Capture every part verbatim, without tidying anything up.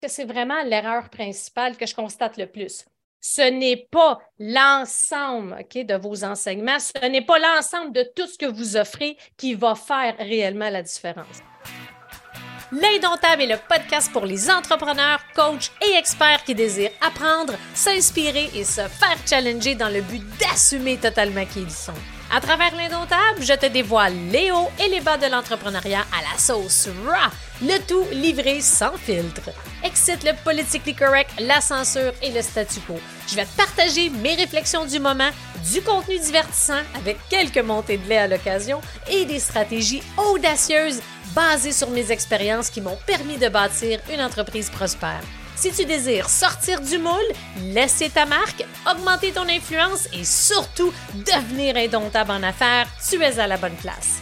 que c'est vraiment l'erreur principale que je constate le plus. Ce n'est pas l'ensemble okay, de vos enseignements, ce n'est pas l'ensemble de tout ce que vous offrez qui va faire réellement la différence. L'Indomptable est le podcast pour les entrepreneurs, coachs et experts qui désirent apprendre, s'inspirer et se faire challenger dans le but d'assumer totalement qui ils sont. À travers l'Indomptable, je te dévoile les hauts et les bas de l'entrepreneuriat à la sauce raw, le tout livré sans filtre. Excite le politically correct, la censure et le statu quo. Je vais te partager mes réflexions du moment, du contenu divertissant avec quelques montées de lait à l'occasion et des stratégies audacieuses basées sur mes expériences qui m'ont permis de bâtir une entreprise prospère. Si tu désires sortir du moule, laisser ta marque, augmenter ton influence et surtout devenir indomptable en affaires, tu es à la bonne place.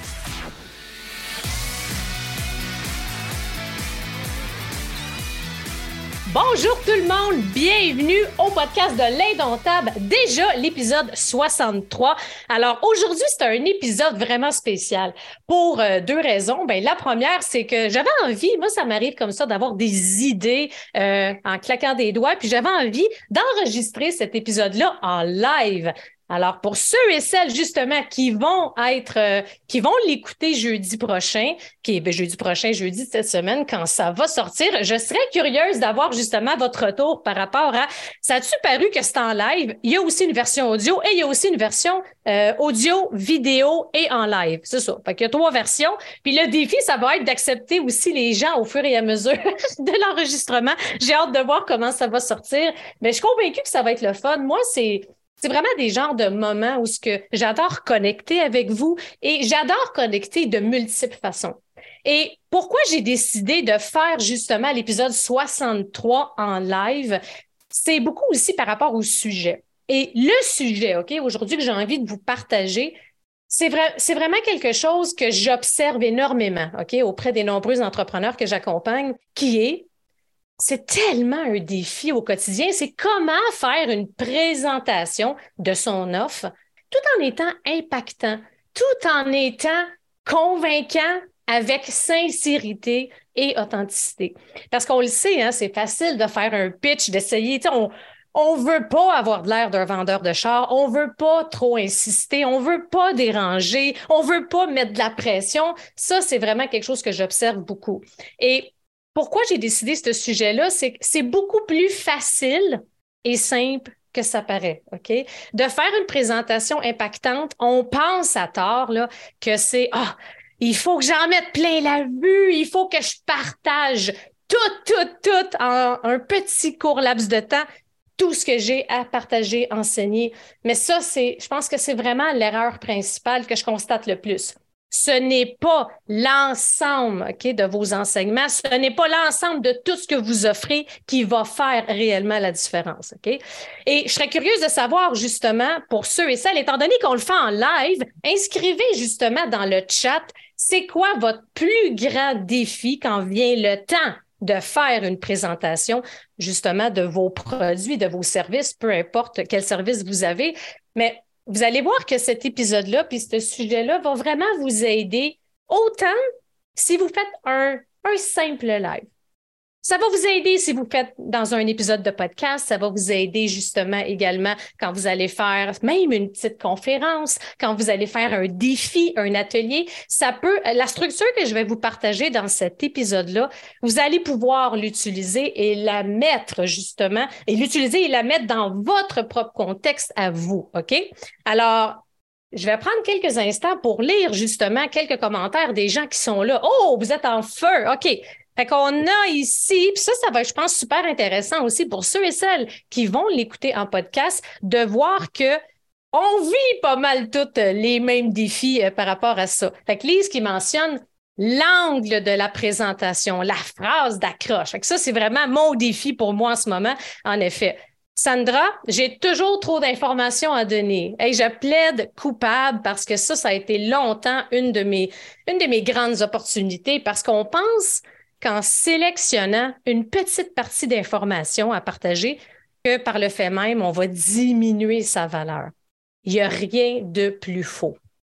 Bonjour tout le monde, bienvenue au podcast de l'Indomptable, déjà l'épisode soixante-trois. Alors aujourd'hui, c'est un épisode vraiment spécial pour euh, deux raisons. Ben, la première, c'est que j'avais envie, moi ça m'arrive comme ça, d'avoir des idées euh, en claquant des doigts, puis j'avais envie d'enregistrer cet épisode-là en live. Alors, pour ceux et celles, justement, qui vont être, euh, qui vont l'écouter jeudi prochain, qui est ben, jeudi prochain, jeudi de cette semaine, quand ça va sortir, je serais curieuse d'avoir, justement, votre retour par rapport à, ça a-tu paru que c'est en live? Il y a aussi une version audio et il y a aussi une version euh, audio, vidéo et en live. C'est ça. Fait qu'il y a trois versions. Puis le défi, ça va être d'accepter aussi les gens au fur et à mesure de l'enregistrement. J'ai hâte de voir comment ça va sortir. Mais je suis convaincue que ça va être le fun. Moi, c'est... C'est vraiment des genres de moments où ce que j'adore connecter avec vous et j'adore connecter de multiples façons. Et pourquoi j'ai décidé de faire justement l'épisode soixante-trois en live, c'est beaucoup aussi par rapport au sujet. Et le sujet, OK, aujourd'hui que j'ai envie de vous partager, c'est vrai, c'est vraiment quelque chose que j'observe énormément, OK, auprès des nombreux entrepreneurs que j'accompagne, qui est c'est tellement un défi au quotidien. C'est comment faire une présentation de son offre tout en étant impactant, tout en étant convaincant avec sincérité et authenticité. Parce qu'on le sait, hein, c'est facile de faire un pitch, d'essayer. On on veut pas avoir de l'air d'un vendeur de char, on veut pas trop insister, on veut pas déranger, on veut pas mettre de la pression. Ça, c'est vraiment quelque chose que j'observe beaucoup. Et pourquoi j'ai décidé ce sujet-là, c'est que c'est beaucoup plus facile et simple que ça paraît, OK? De faire une présentation impactante, on pense à tort là, que c'est ah, il faut que j'en mette plein la vue, il faut que je partage tout, tout, tout en un petit court laps de temps, tout ce que j'ai à partager, enseigner. Mais ça, c'est, je pense que c'est vraiment l'erreur principale que je constate le plus. Ce n'est pas l'ensemble okay, de vos enseignements, ce n'est pas l'ensemble de tout ce que vous offrez qui va faire réellement la différence. Okay? Et je serais curieuse de savoir justement, pour ceux et celles, étant donné qu'on le fait en live, inscrivez justement dans le chat, c'est quoi votre plus grand défi quand vient le temps de faire une présentation justement de vos produits, de vos services, peu importe quel service vous avez, mais vous allez voir que cet épisode-là, puis ce sujet-là, va vraiment vous aider autant si vous faites un, un simple live. Ça va vous aider si vous faites dans un épisode de podcast, ça va vous aider justement également quand vous allez faire même une petite conférence, quand vous allez faire un défi, un atelier. Ça peut, la structure que je vais vous partager dans cet épisode-là, vous allez pouvoir l'utiliser et la mettre justement, et l'utiliser et la mettre dans votre propre contexte à vous, OK? Alors, je vais prendre quelques instants pour lire justement quelques commentaires des gens qui sont là. Oh, vous êtes en feu, OK. Fait qu'on a ici, puis ça, ça va être, je pense, super intéressant aussi pour ceux et celles qui vont l'écouter en podcast, de voir que on vit pas mal tous les mêmes défis euh, par rapport à ça. Fait que Lise qui mentionne l'angle de la présentation, la phrase d'accroche. Fait que ça, c'est vraiment mon défi pour moi en ce moment, en effet. Sandra, j'ai toujours trop d'informations à donner. Hey, je plaide coupable parce que ça, ça a été longtemps une de mes, une de mes grandes opportunités parce qu'on pense qu'en sélectionnant une petite partie d'informations à partager, que par le fait même, on va diminuer sa valeur. Il n'y a rien de plus faux.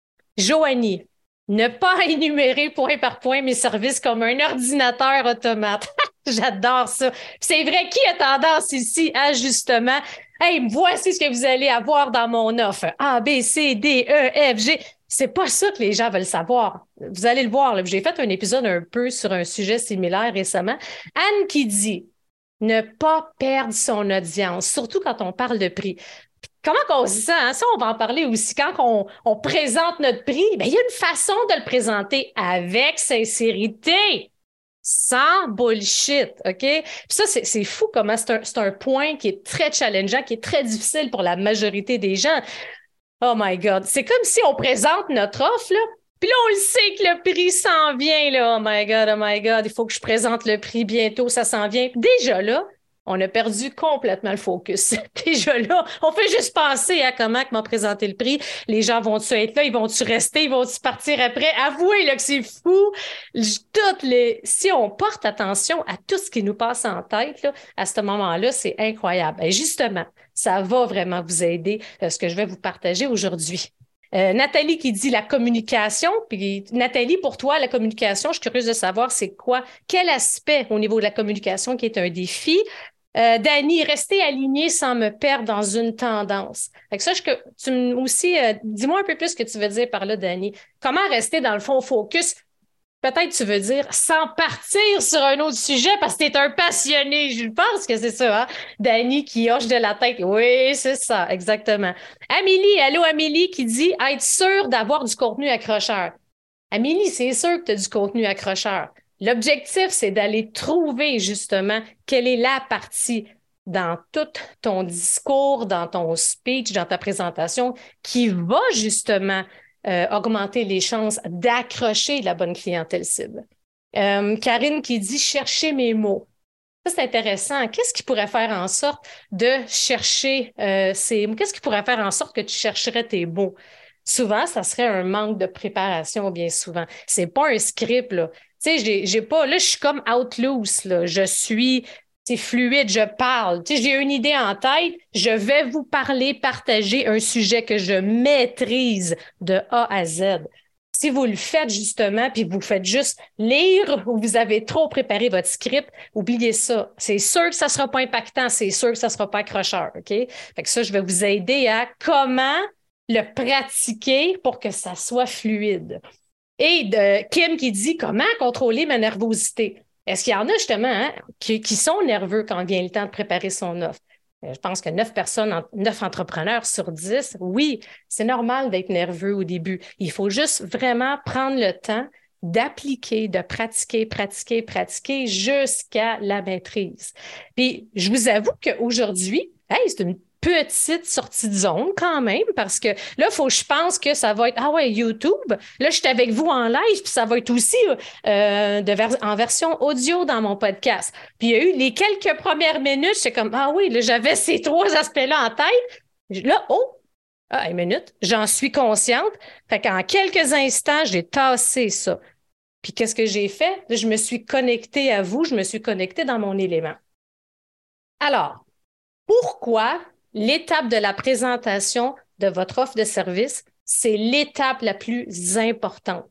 Joanie, ne pas énumérer point par point mes services comme un ordinateur automate. J'adore ça. C'est vrai, qui a tendance ici à justement, hey, voici ce que vous allez avoir dans mon offre. A, B, C, D, E, F, G. C'est pas ça que les gens veulent savoir. Vous allez le voir, là. J'ai fait un épisode un peu sur un sujet similaire récemment. Anne qui dit ne pas perdre son audience, surtout quand on parle de prix. Comment qu'on se sent? Hein? Ça, on va en parler aussi. Quand on, on présente notre prix, bien, il y a une façon de le présenter avec sincérité, sans bullshit, OK? Puis ça, c'est, c'est fou comment c'est un, c'est un point qui est très challengeant, qui est très difficile pour la majorité des gens. Oh my God. C'est comme si on présente notre offre, là, puis là, on le sait que le prix s'en vient, là. Oh my God, oh my God, il faut que je présente le prix bientôt, ça s'en vient. Déjà là, on a perdu complètement le focus. Déjà là, on fait juste penser à comment m'a présenté le prix. Les gens vont-tu être là? Ils vont-tu rester? Ils vont-tu partir après? Avouez là, que c'est fou. Toutes les... Si on porte attention à tout ce qui nous passe en tête, là, à ce moment-là, c'est incroyable. Et justement, ça va vraiment vous aider, ce que je vais vous partager aujourd'hui. Euh, Nathalie qui dit la communication. Puis Nathalie, pour toi, la communication, je suis curieuse de savoir c'est quoi, quel aspect au niveau de la communication qui est un défi. Euh, Dani, rester aligné sans me perdre dans une tendance. Fait que ça, je, tu aussi, euh, dis-moi un peu plus ce que tu veux dire par là, Dani. Comment rester dans le fond focus? Peut-être tu veux dire sans partir sur un autre sujet parce que tu es un passionné. Je pense que c'est ça, hein? Dani qui hoche de la tête. Oui, c'est ça, exactement. Amélie, allô Amélie qui dit être sûr d'avoir du contenu accrocheur. Amélie, c'est sûr que tu as du contenu accrocheur. L'objectif, c'est d'aller trouver justement quelle est la partie dans tout ton discours, dans ton speech, dans ta présentation qui va justement euh, augmenter les chances d'accrocher la bonne clientèle cible. Euh, Karine qui dit « chercher mes mots ». Ça, c'est intéressant. Qu'est-ce qui pourrait faire en sorte de chercher euh, ces mots? Qu'est-ce qui pourrait faire en sorte que tu chercherais tes mots? Souvent, ça serait un manque de préparation, bien souvent. C'est pas un script, là. Tu sais, j'ai, j'ai pas... Là, je suis comme out loose, là. Je suis... C'est fluide, je parle. Tu sais, j'ai une idée en tête, je vais vous parler, partager un sujet que je maîtrise de A à Z. Si vous le faites justement, puis vous faites juste lire ou vous avez trop préparé votre script, oubliez ça. C'est sûr que ça ne sera pas impactant, c'est sûr que ça ne sera pas accrocheur, OK? Fait que ça, je vais vous aider à comment le pratiquer pour que ça soit fluide. Et de Kim qui dit comment contrôler ma nervosité. Est-ce qu'il y en a justement hein, qui, qui sont nerveux quand vient le temps de préparer son offre? Je pense que neuf personnes, neuf entrepreneurs sur dix, oui, c'est normal d'être nerveux au début. Il faut juste vraiment prendre le temps d'appliquer, de pratiquer, pratiquer, pratiquer jusqu'à la maîtrise. Puis, je vous avoue qu'aujourd'hui, hey, c'est une petite sortie de zone quand même, parce que là, il faut que je pense que ça va être, ah ouais, YouTube, là, je suis avec vous en live, puis ça va être aussi euh, de vers- en version audio dans mon podcast. Puis il y a eu les quelques premières minutes, c'est comme, ah oui, là, j'avais ces trois aspects-là en tête. Là, oh, ah, une minute, j'en suis consciente. Fait qu'en quelques instants, j'ai tassé ça. Puis qu'est-ce que j'ai fait? Je me suis connectée à vous, je me suis connectée dans mon élément. Alors, pourquoi l'étape de la présentation de votre offre de service, c'est l'étape la plus importante?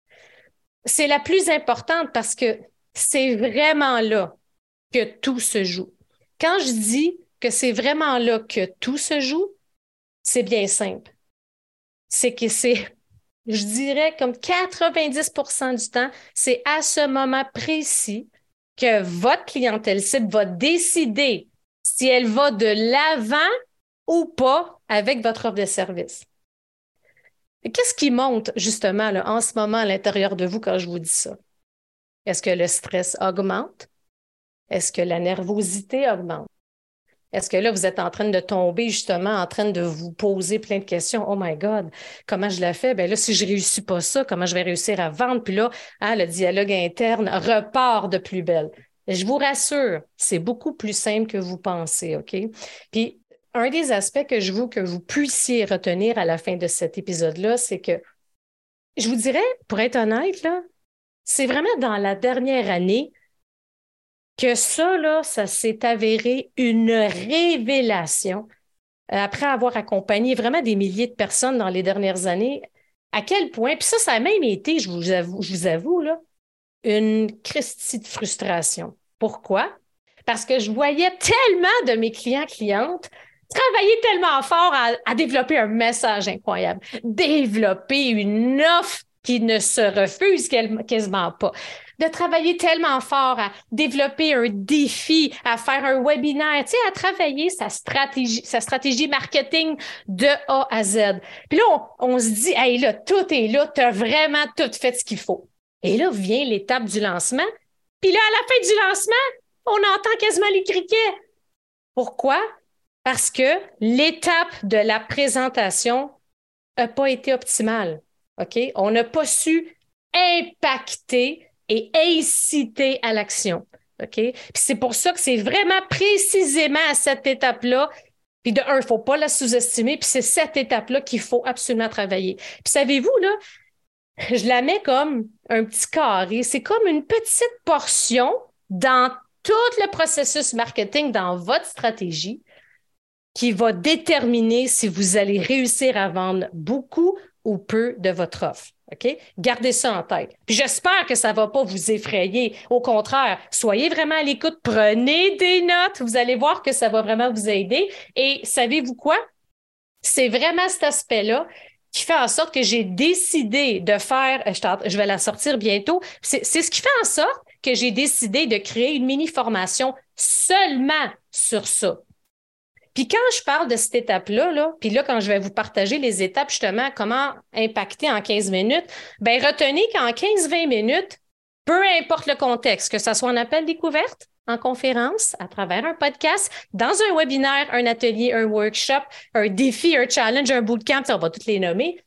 C'est la plus importante parce que c'est vraiment là que tout se joue. Quand je dis que c'est vraiment là que tout se joue, c'est bien simple. C'est que c'est, je dirais, comme quatre-vingt-dix pour cent du temps, c'est à ce moment précis que votre clientèle cible va décider si elle va de l'avant ou pas avec votre offre de service. Qu'est-ce qui monte justement là, en ce moment à l'intérieur de vous quand je vous dis ça? Est-ce que le stress augmente? Est-ce que la nervosité augmente? Est-ce que là, vous êtes en train de tomber justement, en train de vous poser plein de questions? Oh my God, comment je la fais? Bien là, si je ne réussis pas ça, comment je vais réussir à vendre? Puis là, hein, le dialogue interne repart de plus belle. Je vous rassure, c'est beaucoup plus simple que vous pensez, OK? Puis, un des aspects que je veux que vous puissiez retenir à la fin de cet épisode-là, c'est que, je vous dirais, pour être honnête, là, c'est vraiment dans la dernière année que ça, là, ça s'est avéré une révélation après avoir accompagné vraiment des milliers de personnes dans les dernières années, à quel point, puis ça, ça a même été, je vous avoue, je vous avoue là, une Christie de frustration. Pourquoi? Parce que je voyais tellement de mes clients, clientes travailler tellement fort à, à développer un message incroyable, développer une offre qui ne se refuse quasiment pas, de travailler tellement fort à développer un défi, à faire un webinaire, tu sais, à travailler sa stratégie, sa stratégie marketing de A à Z. Puis là, on, on se dit, hey, là, tout est là, tu as vraiment tout fait ce qu'il faut. Et là vient l'étape du lancement. Puis là, à la fin du lancement, on entend quasiment les criquets. Pourquoi? Parce que l'étape de la présentation n'a pas été optimale. OK? On n'a pas su impacter et inciter à l'action. OK? Puis c'est pour ça que c'est vraiment précisément à cette étape-là. Puis de un, il ne faut pas la sous-estimer. Puis c'est cette étape-là qu'il faut absolument travailler. Puis savez-vous, là, je la mets comme un petit carré. C'est comme une petite portion dans tout le processus marketing, dans votre stratégie, qui va déterminer si vous allez réussir à vendre beaucoup ou peu de votre offre. OK? Gardez ça en tête. Puis j'espère que ça ne va pas vous effrayer. Au contraire, soyez vraiment à l'écoute, prenez des notes. Vous allez voir que ça va vraiment vous aider. Et savez-vous quoi? C'est vraiment cet aspect-là qui fait en sorte que j'ai décidé de faire, je vais la sortir bientôt, c'est, c'est ce qui fait en sorte que j'ai décidé de créer une mini-formation seulement sur ça. Puis quand je parle de cette étape-là, là, puis là, quand je vais vous partager les étapes, justement, comment impacter en quinze minutes, bien, retenez qu'en quinze vingt minutes, peu importe le contexte, que ce soit en appel découverte, en conférence, à travers un podcast, dans un webinaire, un atelier, un workshop, un défi, un challenge, un bootcamp, on va toutes les nommer,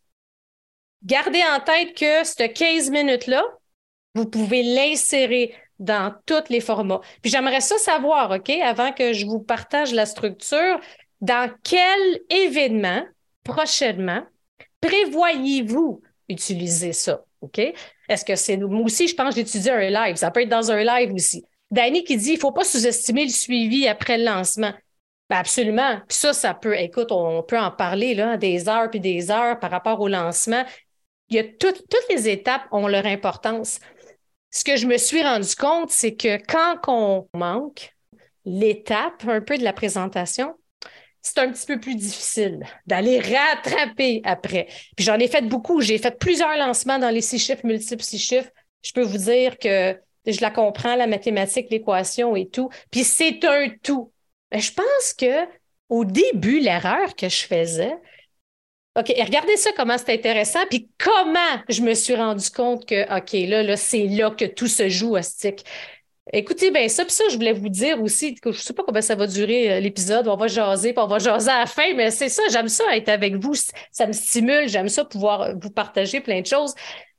gardez en tête que cette quinze minutes-là, vous pouvez l'insérer dans tous les formats. Puis j'aimerais ça savoir, OK, avant que je vous partage la structure, dans quel événement prochainement prévoyez-vous utiliser ça, OK? Est-ce que c'est... Moi aussi, je pense que j'étudie un live. Ça peut être dans un live aussi. Danny qui dit, il ne faut pas sous-estimer le suivi après le lancement. Bien, absolument. Puis ça, ça peut... Écoute, on peut en parler là, des heures puis des heures par rapport au lancement. Il y a tout, toutes les étapes ont leur importance. Ce que je me suis rendu compte, c'est que quand on manque l'étape un peu de la présentation, c'est un petit peu plus difficile d'aller rattraper après. Puis j'en ai fait beaucoup. J'ai fait plusieurs lancements dans les six chiffres, multiples six chiffres. Je peux vous dire que je la comprends, la mathématique, l'équation et tout. Puis c'est un tout. Mais je pense que au début, l'erreur que je faisais, OK, regardez ça, comment c'est intéressant, puis comment je me suis rendu compte que, OK, là, là, c'est là que tout se joue, Hostique. Écoutez bien ça, puis ça, je voulais vous dire aussi, que je ne sais pas combien ça va durer l'épisode, on va jaser, puis on va jaser à la fin, mais c'est ça, j'aime ça être avec vous, ça me stimule, j'aime ça pouvoir vous partager plein de choses.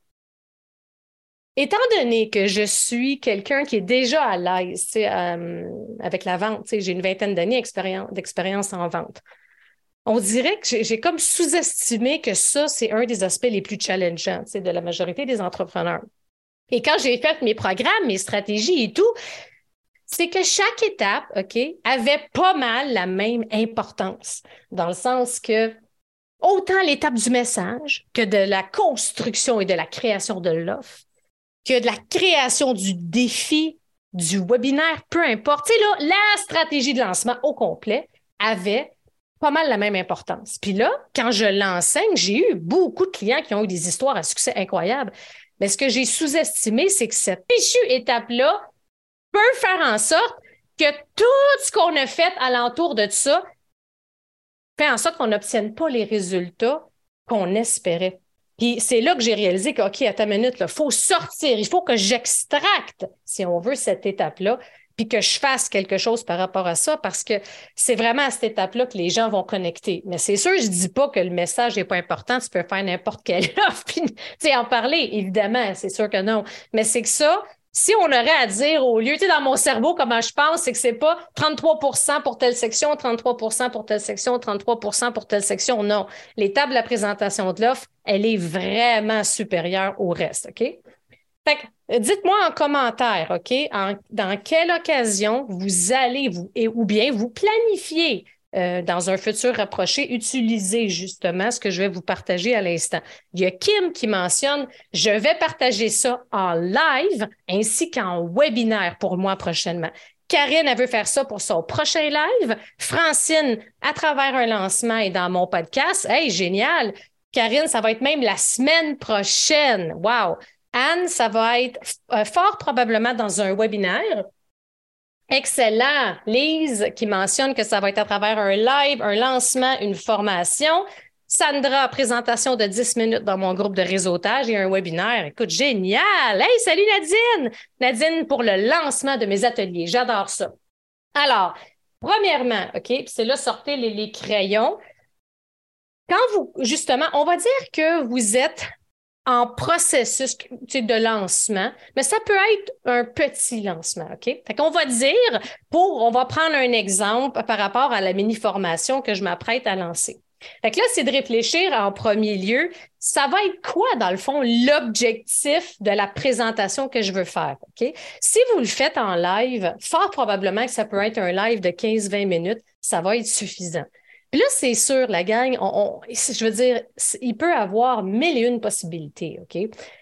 Étant donné que je suis quelqu'un qui est déjà à l'aise, tu sais, euh, avec la vente, tu sais, j'ai une vingtaine d'années d'expérience, d'expérience en vente. On dirait que j'ai, j'ai comme sous-estimé que ça, c'est un des aspects les plus challengeants, tu sais, de la majorité des entrepreneurs. Et quand j'ai fait mes programmes, mes stratégies et tout, c'est que chaque étape, OK, avait pas mal la même importance, dans le sens que autant l'étape du message que de la construction et de la création de l'offre, que de la création du défi, du webinaire, peu importe. Tu sais, là, la stratégie de lancement au complet avait pas mal la même importance. Puis là, quand je l'enseigne, j'ai eu beaucoup de clients qui ont eu des histoires à succès incroyables. Mais ce que j'ai sous-estimé, c'est que cette fichue étape-là peut faire en sorte que tout ce qu'on a fait alentour de ça fait en sorte qu'on n'obtienne pas les résultats qu'on espérait. Puis c'est là que j'ai réalisé que, OK, attends une minute, il faut sortir, il faut que j'extracte, si on veut, cette étape-là, puis que je fasse quelque chose par rapport à ça, parce que c'est vraiment à cette étape-là que les gens vont connecter. Mais c'est sûr, je ne dis pas que le message n'est pas important, tu peux faire n'importe quelle offre, puis tu sais, en parler, évidemment, c'est sûr que non. Mais c'est que ça, si on aurait à dire au lieu, tu sais, dans mon cerveau, comment je pense, c'est que c'est pas trente-trois pour cent pour telle section, trente-trois pour cent pour telle section, trente-trois pour cent pour telle section. Non. L'étape de la présentation de l'offre, elle est vraiment supérieure au reste, OK? Fait que, dites-moi en commentaire, OK, en, dans quelle occasion vous allez, vous, et, ou bien vous planifiez euh, dans un futur rapproché, utiliser justement ce que je vais vous partager à l'instant. Il y a Kim qui mentionne, je vais partager ça en live ainsi qu'en webinaire pour moi prochainement. Karine, elle veut faire ça pour son prochain live. Francine, à travers un lancement et dans mon podcast. Hey, génial! Karine, ça va être même la semaine prochaine. Wow! Anne, ça va être euh, fort probablement dans un webinaire. Excellent. Lise, qui mentionne que ça va être à travers un live, un lancement, une formation. Sandra, présentation de dix minutes dans mon groupe de réseautage et un webinaire. Écoute, génial! Hey, salut Nadine! Nadine pour le lancement de mes ateliers. J'adore ça. Alors, premièrement, OK, puis c'est là, sortez les, les crayons. Quand vous, justement, on va dire que vous êtes en processus tu sais, de lancement, mais ça peut être un petit lancement, OK? Fait qu'on va dire, pour, on va prendre un exemple par rapport à la mini-formation que je m'apprête à lancer. Fait que là, c'est de réfléchir en premier lieu, ça va être quoi, dans le fond, l'objectif de la présentation que je veux faire, OK? Si vous le faites en live, fort probablement que ça peut être un live de quinze à vingt minutes, ça va être suffisant. Puis là, c'est sûr, la gang, on, on, je veux dire, il peut avoir mille et une possibilités, OK?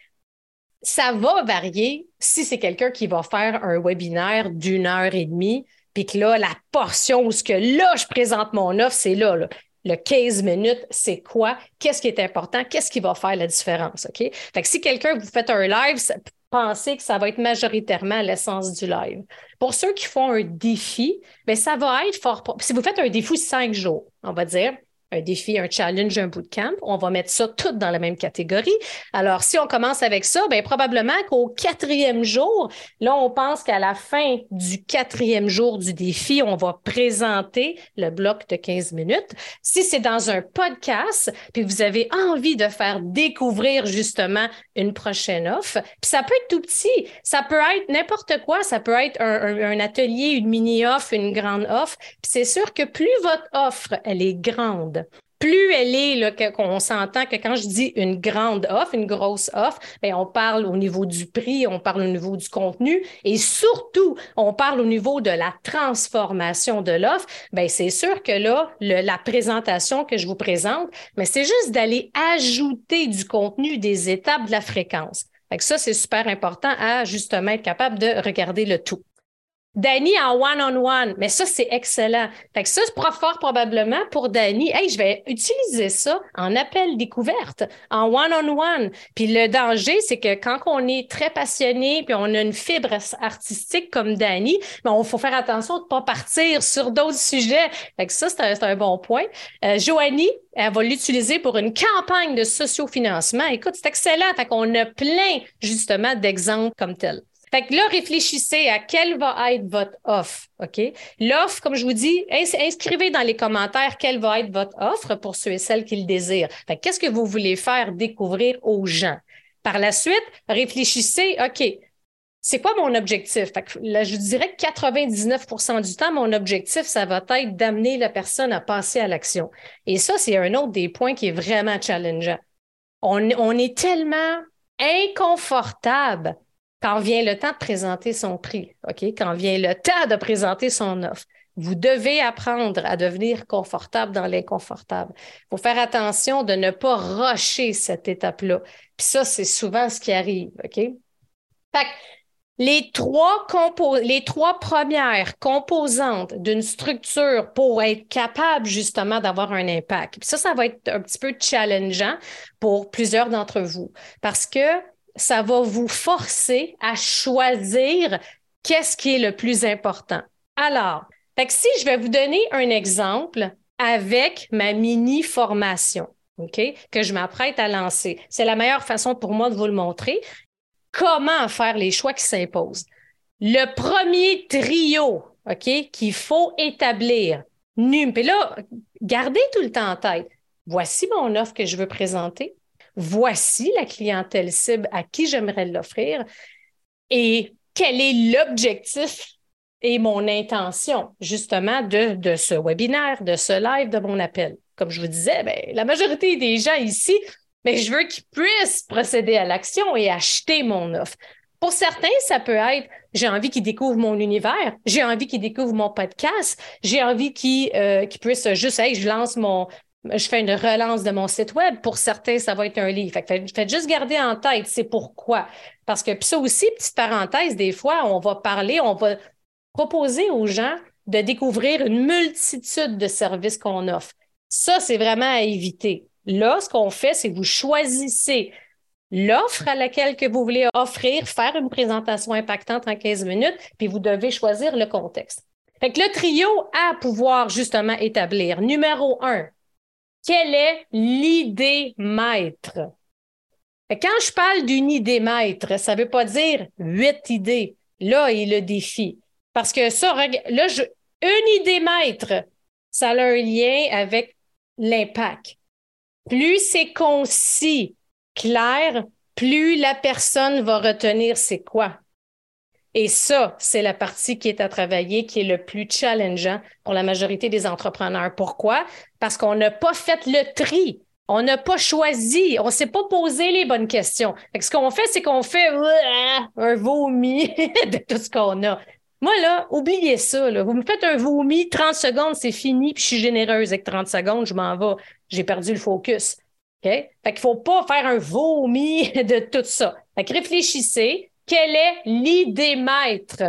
Ça va varier si c'est quelqu'un qui va faire un webinaire d'une heure et demie, puis que là, la portion où ce que là, je présente mon offre, c'est là, là. Le quinze minutes, c'est quoi? Qu'est-ce qui est important? Qu'est-ce qui va faire la différence? OK? Fait que si quelqu'un, vous faites un live, pensez que ça va être majoritairement l'essence du live. Pour ceux qui font un défi, bien, ça va être fort. Si vous faites un défi cinq jours, on va dire, un défi, un challenge, un bootcamp, on va mettre ça tout dans la même catégorie. Alors, si on commence avec ça, bien, probablement qu'au quatrième jour, là, on pense qu'à la fin du quatrième jour du défi, on va présenter le bloc de quinze minutes. Si c'est dans un podcast, puis vous avez envie de faire découvrir justement une prochaine offre, puis ça peut être tout petit, ça peut être n'importe quoi, ça peut être un, un, un atelier, une mini-offre, une grande offre, puis c'est sûr que plus votre offre, elle est grande, plus elle est, là, qu'on s'entend que quand je dis une grande offre, une grosse offre, bien, on parle au niveau du prix, on parle au niveau du contenu et surtout, on parle au niveau de la transformation de l'offre. Bien, c'est sûr que là, le, la présentation que je vous présente, mais c'est juste d'aller ajouter du contenu, des étapes de la fréquence. Fait que ça, c'est super important à justement être capable de regarder le tout. Dani en one-on-one, mais ça, c'est excellent. Fait que ça, c'est fort probablement pour Dani. Hey, je vais utiliser ça en appel découverte, en one-on-one. Puis le danger, c'est que quand on est très passionné puis on a une fibre artistique comme Dani, ben, il faut faire attention de ne pas partir sur d'autres sujets. Fait que ça, c'est un, c'est un bon point. Euh, Joanie, elle va l'utiliser pour une campagne de sociofinancement. Écoute, c'est excellent. Fait qu'on a plein, justement, d'exemples comme tels. Fait que là, réfléchissez à quelle va être votre offre, OK? L'offre, comme je vous dis, ins- inscrivez dans les commentaires quelle va être votre offre pour ceux et celles qui le désirent. Fait que qu'est-ce que vous voulez faire découvrir aux gens? Par la suite, réfléchissez, OK, c'est quoi mon objectif? Fait que là, je dirais que quatre-vingt-dix-neuf pour cent du temps, mon objectif, ça va être d'amener la personne à passer à l'action. Et ça, c'est un autre des points qui est vraiment challengeant. On, on est tellement inconfortable quand vient le temps de présenter son prix, OK? Quand vient le temps de présenter son offre. Vous devez apprendre à devenir confortable dans l'inconfortable. Il faut faire attention de ne pas rusher cette étape-là. Puis ça, c'est souvent ce qui arrive, OK? Fait que les trois, compo- les trois premières composantes d'une structure pour être capable justement d'avoir un impact. Puis ça, ça va être un petit peu challengeant pour plusieurs d'entre vous parce que ça va vous forcer à choisir qu'est-ce qui est le plus important. Alors, fait que si je vais vous donner un exemple avec ma mini-formation, OK, que je m'apprête à lancer, c'est la meilleure façon pour moi de vous le montrer. Comment faire les choix qui s'imposent? Le premier trio, OK, qu'il faut établir. Num. Puis là, gardez tout le temps en tête. Voici mon offre que je veux présenter. Voici la clientèle cible à qui j'aimerais l'offrir et quel est l'objectif et mon intention, justement, de, de ce webinaire, de ce live, de mon appel. Comme je vous disais, bien, la majorité des gens ici, mais je veux qu'ils puissent procéder à l'action et acheter mon offre. Pour certains, ça peut être, j'ai envie qu'ils découvrent mon univers, j'ai envie qu'ils découvrent mon podcast, j'ai envie qu'ils euh, qu'ils puissent juste, hey, je lance mon, je fais une relance de mon site web. Pour certains, ça va être un livre. Fait que faites, faites juste garder en tête, c'est pourquoi. Parce que, puis ça aussi, petite parenthèse, des fois, on va parler, on va proposer aux gens de découvrir une multitude de services qu'on offre. Ça, c'est vraiment à éviter. Là, ce qu'on fait, c'est que vous choisissez l'offre à laquelle que vous voulez offrir, faire une présentation impactante en quinze minutes, puis vous devez choisir le contexte. Fait que le trio à pouvoir justement établir. Numéro un, quelle est l'idée maître? Fait que quand je parle d'une idée maître, ça ne veut pas dire huit idées. Là est le défi. Parce que ça, là, je, une idée maître, ça a un lien avec l'impact. Plus c'est concis, clair, plus la personne va retenir c'est quoi. Et ça, c'est la partie qui est à travailler, qui est le plus challengeant pour la majorité des entrepreneurs. Pourquoi? Parce qu'on n'a pas fait le tri. On n'a pas choisi. On ne s'est pas posé les bonnes questions. Fait que ce qu'on fait, c'est qu'on fait euh, un vomi de tout ce qu'on a. Moi, là, oubliez ça. Là. Vous me faites un vomi, trente secondes, c'est fini, puis je suis généreuse avec trente secondes, je m'en vais. J'ai perdu le focus. Okay? Fait qu'il ne faut pas faire un vomi de tout ça. Fait que réfléchissez. Quelle est l'idée maître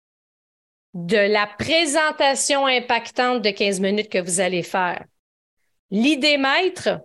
de la présentation impactante de quinze minutes que vous allez faire? L'idée maître,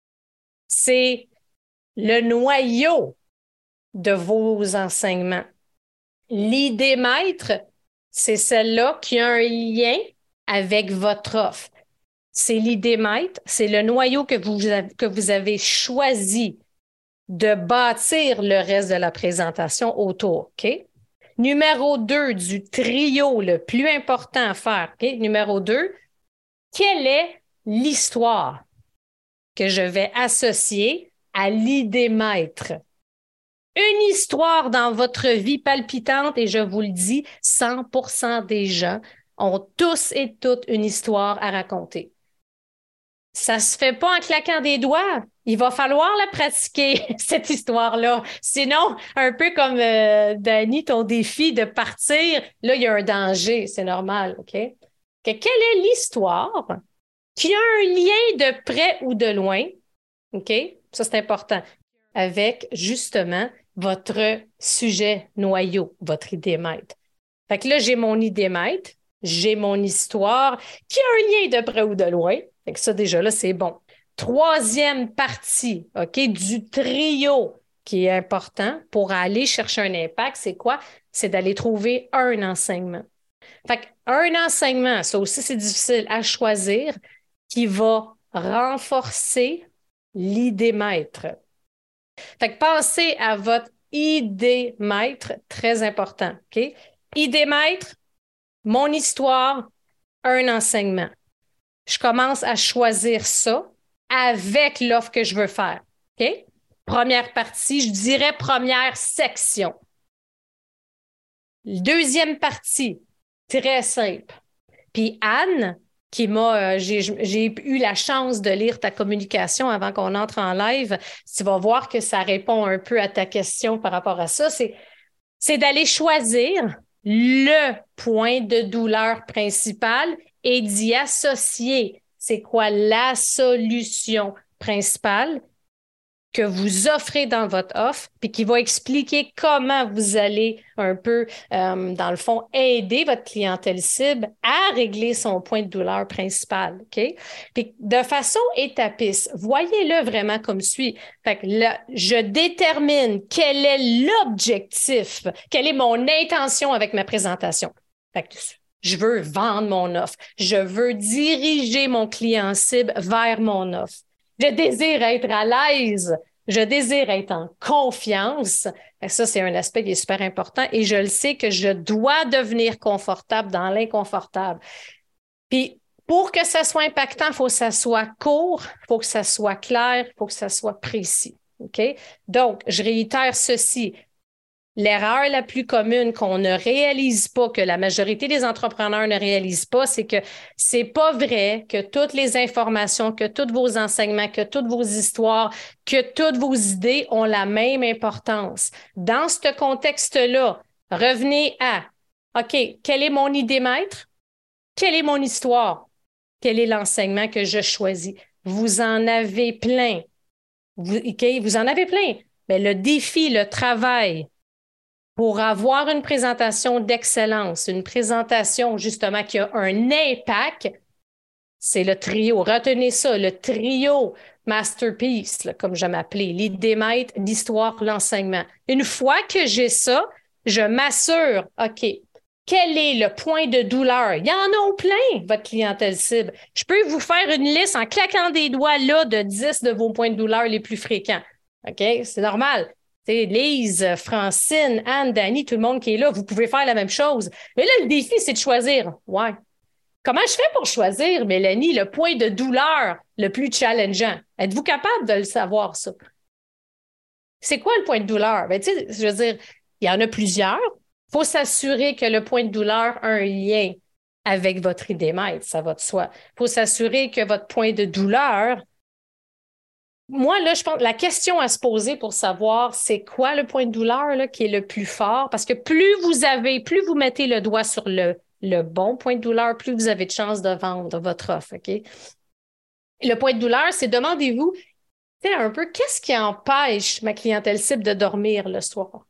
c'est le noyau de vos enseignements. L'idée maître, c'est celle-là qui a un lien avec votre offre. C'est l'idée maître, c'est le noyau que vous avez, que vous avez choisi de bâtir le reste de la présentation autour. OK? Numéro deux du trio le plus important à faire. OK? Numéro deux, quelle est l'histoire que je vais associer à l'idée maître? Une histoire dans votre vie palpitante, et je vous le dis, cent pour cent des gens ont tous et toutes une histoire à raconter. Ça se fait pas en claquant des doigts. Il va falloir la pratiquer, cette histoire-là. Sinon, un peu comme euh, Dani, ton défi de partir, là, il y a un danger, c'est normal, OK? Que, quelle est l'histoire qui a un lien de près ou de loin, OK? Ça, c'est important, avec justement votre sujet noyau, votre idée maître. Fait que là, j'ai mon idée maître, j'ai mon histoire qui a un lien de près ou de loin. Fait que ça, déjà, là, c'est bon. Troisième partie, OK, du trio qui est important pour aller chercher un impact, c'est quoi? C'est d'aller trouver un enseignement. Fait qu'un enseignement, ça aussi, c'est difficile à choisir, qui va renforcer l'idée maître. Fait que pensez à votre idée maître, très important, OK? Idée maître, mon histoire, un enseignement. Je commence à choisir ça avec l'offre que je veux faire. OK? Première partie, je dirais première section. Deuxième partie, très simple. Puis Anne, qui m'a, euh, j'ai, j'ai eu la chance de lire ta communication avant qu'on entre en live, tu vas voir que ça répond un peu à ta question par rapport à ça. C'est, c'est d'aller choisir le point de douleur principal et d'y associer c'est quoi la solution principale que vous offrez dans votre offre, puis qui va expliquer comment vous allez un peu, euh, dans le fond, aider votre clientèle cible à régler son point de douleur principal. OK? Puis de façon étapiste, voyez-le vraiment comme suit. Fait que là, je détermine quel est l'objectif, quelle est mon intention avec ma présentation. Fait que je veux vendre mon offre. Je veux diriger mon client cible vers mon offre. Je désire être à l'aise. Je désire être en confiance. Ça, c'est un aspect qui est super important et je le sais que je dois devenir confortable dans l'inconfortable. Puis, pour que ça soit impactant, il faut que ça soit court, il faut que ça soit clair, il faut que ça soit précis. OK? Donc, je réitère ceci. L'erreur la plus commune qu'on ne réalise pas, que la majorité des entrepreneurs ne réalisent pas, c'est que c'est pas vrai que toutes les informations, que tous vos enseignements, que toutes vos histoires, que toutes vos idées ont la même importance. Dans ce contexte-là, revenez à, OK, quelle est mon idée maître? Quelle est mon histoire? Quel est l'enseignement que je choisis? Vous en avez plein. Vous, okay? Vous en avez plein. Mais le défi, le travail, pour avoir une présentation d'excellence, une présentation justement qui a un impact, c'est le trio. Retenez ça, le trio masterpiece, là, comme je m'appelais, l'idée maître, l'histoire, l'enseignement. Une fois que j'ai ça, je m'assure, OK, quel est le point de douleur? Il y en a plein, votre clientèle cible. Je peux vous faire une liste en claquant des doigts là de dix de vos points de douleur les plus fréquents. OK? C'est normal. T'sais, Lise, Francine, Anne, Dani, tout le monde qui est là, vous pouvez faire la même chose. Mais là, le défi, c'est de choisir. Ouais. Comment je fais pour choisir, Mélanie, le point de douleur le plus challengeant? Êtes-vous capable de le savoir, ça? C'est quoi le point de douleur? Ben, tu sais, je veux dire, il y en a plusieurs. Il faut s'assurer que le point de douleur a un lien avec votre idée maître, ça va de soi. Il faut s'assurer que votre point de douleur. Moi, là, je pense la question à se poser pour savoir c'est quoi le point de douleur là, qui est le plus fort, parce que plus vous avez, plus vous mettez le doigt sur le, le bon point de douleur, plus vous avez de chances de vendre votre offre. OK? Le point de douleur, c'est demandez-vous un peu qu'est-ce qui empêche ma clientèle cible de dormir le soir?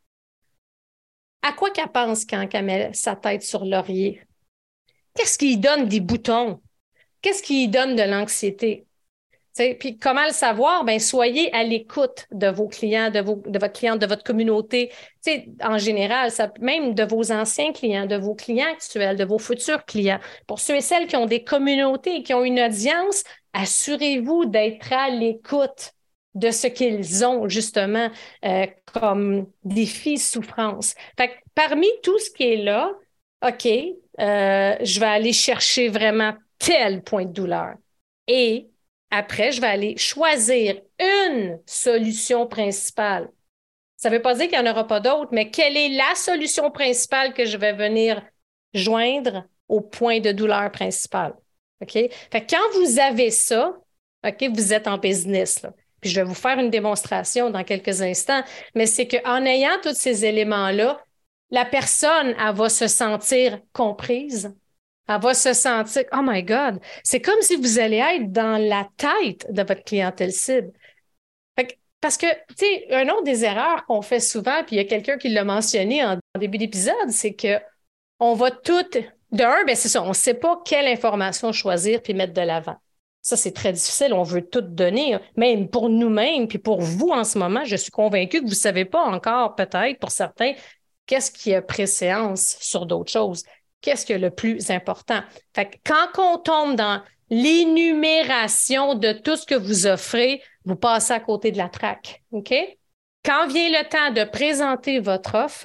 À quoi qu'elle pense quand elle met sa tête sur l'oreiller? Qu'est-ce qui lui donne des boutons? Qu'est-ce qui lui donne de l'anxiété? T'sais, puis comment le savoir? Ben, soyez à l'écoute de vos clients, de, vos, de votre cliente, de votre communauté. T'sais, en général, ça, même de vos anciens clients, de vos clients actuels, de vos futurs clients. Pour ceux et celles qui ont des communautés et qui ont une audience, assurez-vous d'être à l'écoute de ce qu'ils ont justement euh, comme défi, souffrance. Fait que parmi tout ce qui est là, OK, euh, je vais aller chercher vraiment tel point de douleur. Et après, je vais aller choisir une solution principale. Ça ne veut pas dire qu'il n'y en aura pas d'autres, mais quelle est la solution principale que je vais venir joindre au point de douleur principal? OK? Fait que quand vous avez ça, OK, vous êtes en business, là. Puis je vais vous faire une démonstration dans quelques instants, mais c'est qu'en ayant tous ces éléments-là, la personne, elle va se sentir comprise. Elle va se sentir, oh my God, c'est comme si vous allez être dans la tête de votre clientèle cible. Fait que, parce que, tu sais, un autre des erreurs qu'on fait souvent, puis il y a quelqu'un qui l'a mentionné en, en début d'épisode, c'est qu'on va tout, de un, ben c'est ça, on ne sait pas quelle information choisir puis mettre de l'avant. Ça, c'est très difficile. On veut tout donner, même pour nous-mêmes, puis pour vous en ce moment. Je suis convaincue que vous ne savez pas encore, peut-être, pour certains, qu'est-ce qui a préséance sur d'autres choses. Qu'est-ce qui est le plus important? Fait que quand on tombe dans l'énumération de tout ce que vous offrez, vous passez à côté de la traque. OK? Quand vient le temps de présenter votre offre,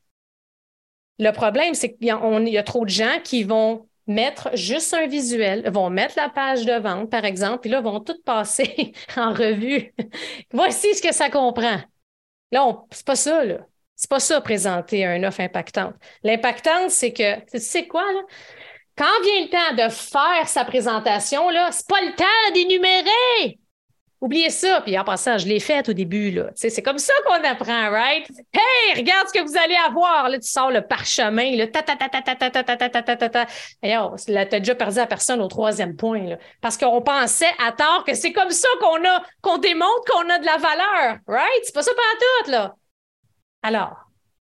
le problème, c'est qu'il y a, on, il y a trop de gens qui vont mettre juste un visuel, vont mettre la page de vente, par exemple, puis là, vont tout passer en revue. Voici ce que ça comprend. Là, on, c'est pas ça, là. C'est pas ça, présenter une offre impactante. L'impactante, c'est que, tu sais quoi, là? Quand vient le temps de faire sa présentation, là, c'est pas le temps d'énumérer. Oubliez ça. Puis en passant, je l'ai fait au début, là. Tu sais, c'est comme ça qu'on apprend, right? Hey, regarde ce que vous allez avoir. Là, tu sors le parchemin, là. Ta, ta, ta, ta, ta, ta, ta, ta, ta, ta, ta, ta, ta. D'ailleurs, là, t'as déjà perdu la personne au troisième point, là. Parce qu'on pensait à tort que c'est comme ça qu'on a, qu'on démontre qu'on a de la valeur, right? C'est pas ça pantoute, là. Alors,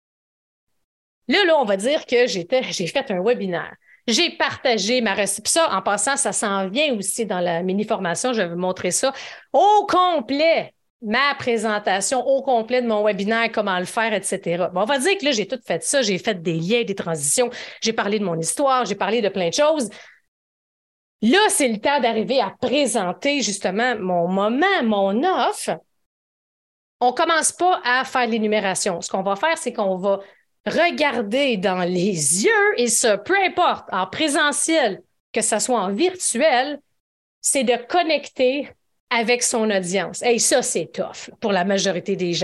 là, là, on va dire que j'étais, j'ai fait un webinaire. J'ai partagé ma recette. Puis ça, en passant, ça s'en vient aussi dans la mini-formation. Je vais vous montrer ça au complet. Ma présentation au complet de mon webinaire, comment le faire, et cetera. Bon, on va dire que là, j'ai tout fait ça. J'ai fait des liens, des transitions. J'ai parlé de mon histoire. J'ai parlé de plein de choses. Là, c'est le temps d'arriver à présenter justement mon moment, mon offre. On ne commence pas à faire l'énumération. Ce qu'on va faire, c'est qu'on va regarder dans les yeux, et ça, peu importe, en présentiel, que ce soit en virtuel, c'est de connecter avec son audience. Et ça, c'est tough pour la majorité des gens.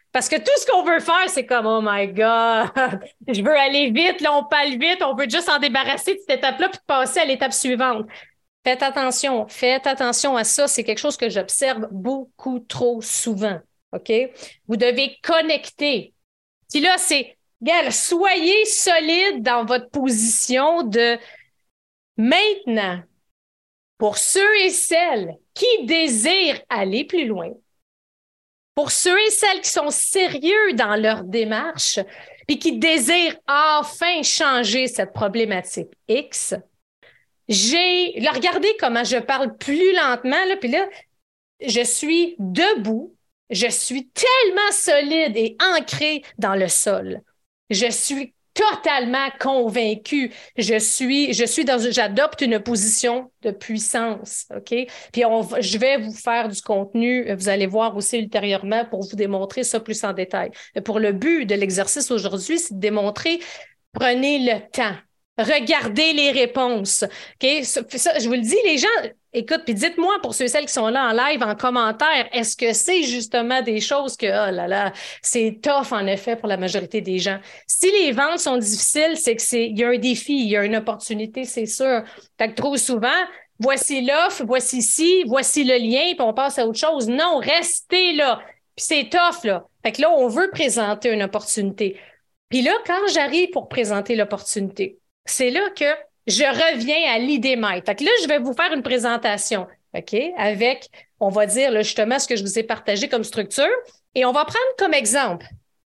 Parce que tout ce qu'on veut faire, c'est comme, oh my God, je veux aller vite, là, on parle vite, on veut juste s'en débarrasser de cette étape-là puis passer à l'étape suivante. Faites attention, faites attention à ça. C'est quelque chose que j'observe beaucoup trop souvent. OK? Vous devez connecter. Puis là, c'est, gars, soyez solide dans votre position de maintenant, pour ceux et celles qui désirent aller plus loin, pour ceux et celles qui sont sérieux dans leur démarche et qui désirent enfin changer cette problématique X, j'ai... Là, regardez comment je parle plus lentement, là, puis là, je suis debout, je suis tellement solide et ancrée dans le sol. Je suis totalement convaincue. Je suis, je suis dans, j'adopte une position de puissance, OK? Puis on, je vais vous faire du contenu, vous allez voir aussi ultérieurement pour vous démontrer ça plus en détail. Pour le but de l'exercice aujourd'hui, c'est de démontrer, prenez le temps. Regardez les réponses. OK? Ça, ça, je vous le dis, les gens, écoute, puis dites-moi pour ceux et celles qui sont là en live, en commentaire, est-ce que c'est justement des choses que, oh là là, c'est tough en effet pour la majorité des gens. Si les ventes sont difficiles, c'est que c'est, il y a un défi, il y a une opportunité, c'est sûr. Fait que trop souvent, voici l'offre, voici ci, voici le lien, puis on passe à autre chose. Non, restez là. Puis c'est tough, là. Fait que là, on veut présenter une opportunité. Puis là, quand j'arrive pour présenter l'opportunité, c'est là que je reviens à l'idée maître. Fait que là, je vais vous faire une présentation, OK, avec, on va dire là, justement ce que je vous ai partagé comme structure. Et on va prendre comme exemple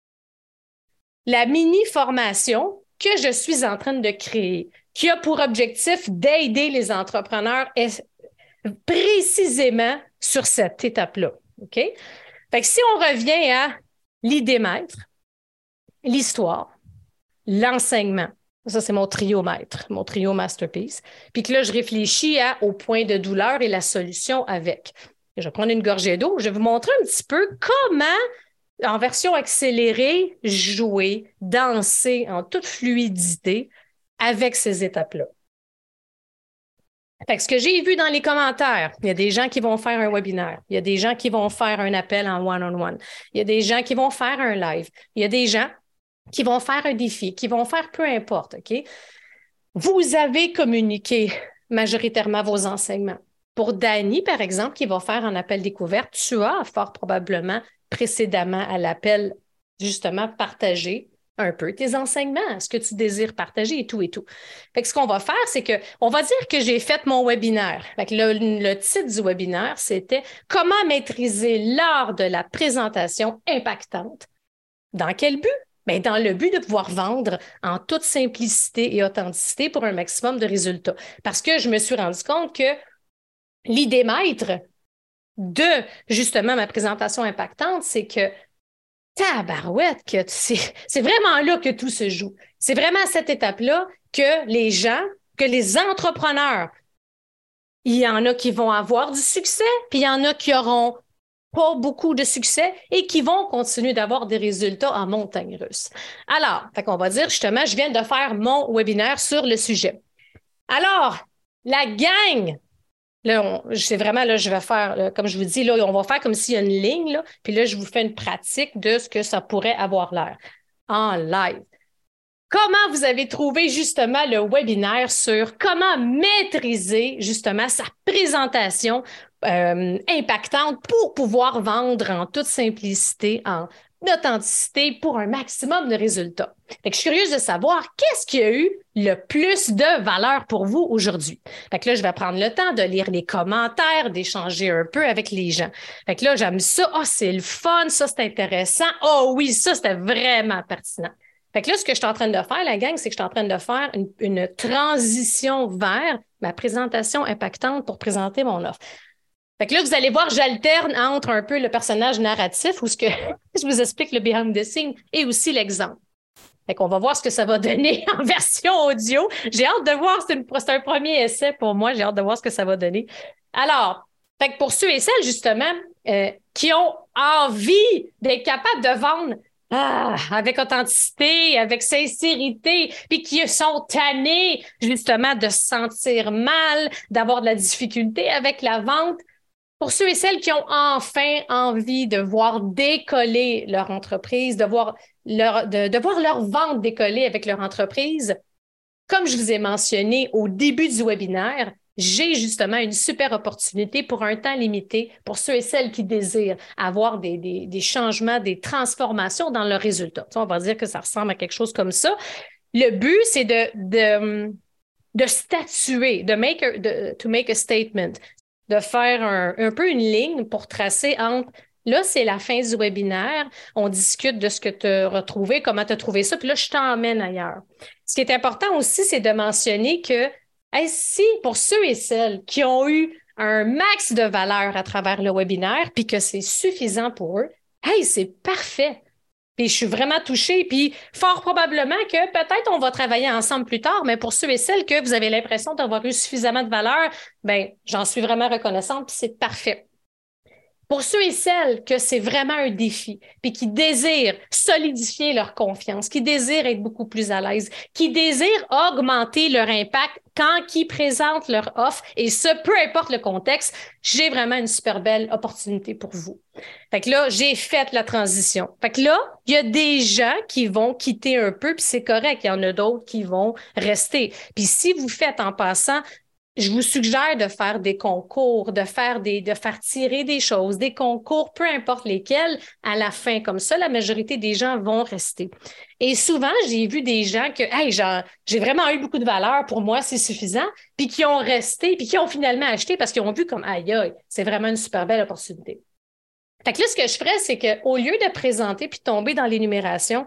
la mini-formation que je suis en train de créer, qui a pour objectif d'aider les entrepreneurs précisément sur cette étape-là, OK? Fait que si on revient à l'idée maître, l'histoire, l'enseignement, ça, c'est mon trio maître, mon trio masterpiece. Puis que là, je réfléchis à, au point de douleur et la solution avec. Je vais prendre une gorgée d'eau. Je vais vous montrer un petit peu comment, en version accélérée, jouer, danser en toute fluidité avec ces étapes-là. Fait que ce que j'ai vu dans les commentaires, il y a des gens qui vont faire un webinaire, il y a des gens qui vont faire un appel en one-on-one, il y a des gens qui vont faire un live, il y a des gens qui vont faire un défi, qui vont faire peu importe, OK? Vous avez communiqué majoritairement vos enseignements. Pour Dani, par exemple, qui va faire un appel découverte, tu as fort probablement précédemment à l'appel, justement, partagé un peu tes enseignements, ce que tu désires partager et tout et tout. Fait que ce qu'on va faire, c'est que on va dire que j'ai fait mon webinaire. Fait que le, le titre du webinaire, c'était « Comment maîtriser l'art de la présentation impactante ». Dans quel but? Bien, dans le but de pouvoir vendre en toute simplicité et authenticité pour un maximum de résultats. Parce que je me suis rendu compte que l'idée maître de, justement, ma présentation impactante, c'est que tabarouette, que c'est, c'est vraiment là que tout se joue. C'est vraiment à cette étape-là que les gens, que les entrepreneurs, il y en a qui vont avoir du succès, puis il y en a qui auront pas beaucoup de succès et qui vont continuer d'avoir des résultats en montagne russe. Alors, fait qu'on va dire justement, je viens de faire mon webinaire sur le sujet. Alors, la gang, là, on, c'est vraiment, là, je vais faire, là, comme je vous dis, là, on va faire comme s'il y a une ligne, là, puis là, je vous fais une pratique de ce que ça pourrait avoir l'air en live. Comment vous avez trouvé justement le webinaire sur comment maîtriser justement sa présentation euh, impactante pour pouvoir vendre en toute simplicité, en authenticité pour un maximum de résultats. Fait que je suis curieuse de savoir qu'est-ce qui a eu le plus de valeur pour vous aujourd'hui. Fait que là, je vais prendre le temps de lire les commentaires, d'échanger un peu avec les gens. Fait que là, j'aime ça. Ah, oh, c'est le fun, ça, c'est intéressant. Oh oui, ça, c'était vraiment pertinent. Fait que là, ce que je suis en train de faire, la gang, c'est que je suis en train de faire une, une transition vers ma présentation impactante pour présenter mon offre. Fait que là, vous allez voir, j'alterne entre un peu le personnage narratif ou ce que je vous explique le behind the scenes et aussi l'exemple. Fait qu'on va voir ce que ça va donner en version audio. J'ai hâte de voir, c'est, une, c'est un premier essai pour moi, j'ai hâte de voir ce que ça va donner. Alors, fait que pour ceux et celles, justement, euh, qui ont envie d'être capables de vendre Ah, avec authenticité, avec sincérité, puis qui sont tannés justement de se sentir mal, d'avoir de la difficulté avec la vente. Pour ceux et celles qui ont enfin envie de voir décoller leur entreprise, de voir leur, de, de voir leur vente décoller avec leur entreprise, comme je vous ai mentionné au début du webinaire, j'ai justement une super opportunité pour un temps limité pour ceux et celles qui désirent avoir des, des, des changements, des transformations dans leurs résultats. Tu sais, on va dire que ça ressemble à quelque chose comme ça. Le but, c'est de, de, de statuer, de make a, de, to make a statement, de faire un, un peu une ligne pour tracer entre là, c'est la fin du webinaire, on discute de ce que tu as retrouvé, comment tu as trouvé ça, puis là, je t'emmène ailleurs. Ce qui est important aussi, c'est de mentionner que hey, si pour ceux et celles qui ont eu un max de valeur à travers le webinaire, puis que c'est suffisant pour eux, hey, c'est parfait. Puis je suis vraiment touchée, puis fort probablement que peut-être on va travailler ensemble plus tard, mais pour ceux et celles que vous avez l'impression d'avoir eu suffisamment de valeur, ben j'en suis vraiment reconnaissante, puis c'est parfait. Pour ceux et celles que c'est vraiment un défi, puis qui désirent solidifier leur confiance, qui désirent être beaucoup plus à l'aise, qui désirent augmenter leur impact quand ils présentent leur offre, et ce, peu importe le contexte, j'ai vraiment une super belle opportunité pour vous. Fait que là, j'ai fait la transition. Fait que là, il y a des gens qui vont quitter un peu, puis c'est correct, il y en a d'autres qui vont rester. Puis si vous faites en passant, je vous suggère de faire des concours, de faire des, de faire tirer des choses, des concours, peu importe lesquels, à la fin. Comme ça, la majorité des gens vont rester. Et souvent, j'ai vu des gens que, hey, genre, j'ai vraiment eu beaucoup de valeur, pour moi, c'est suffisant, puis qui ont resté, puis qui ont finalement acheté parce qu'ils ont vu comme, aïe, aïe, c'est vraiment une super belle opportunité. Fait que là, ce que je ferais, c'est qu'au lieu de présenter puis tomber dans l'énumération,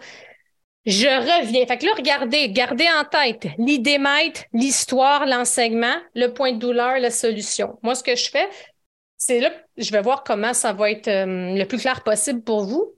je reviens. Fait que là, regardez, gardez en tête l'idée maître, l'histoire, l'enseignement, le point de douleur, la solution. Moi, ce que je fais, c'est là, je vais voir comment ça va être euh, le plus clair possible pour vous.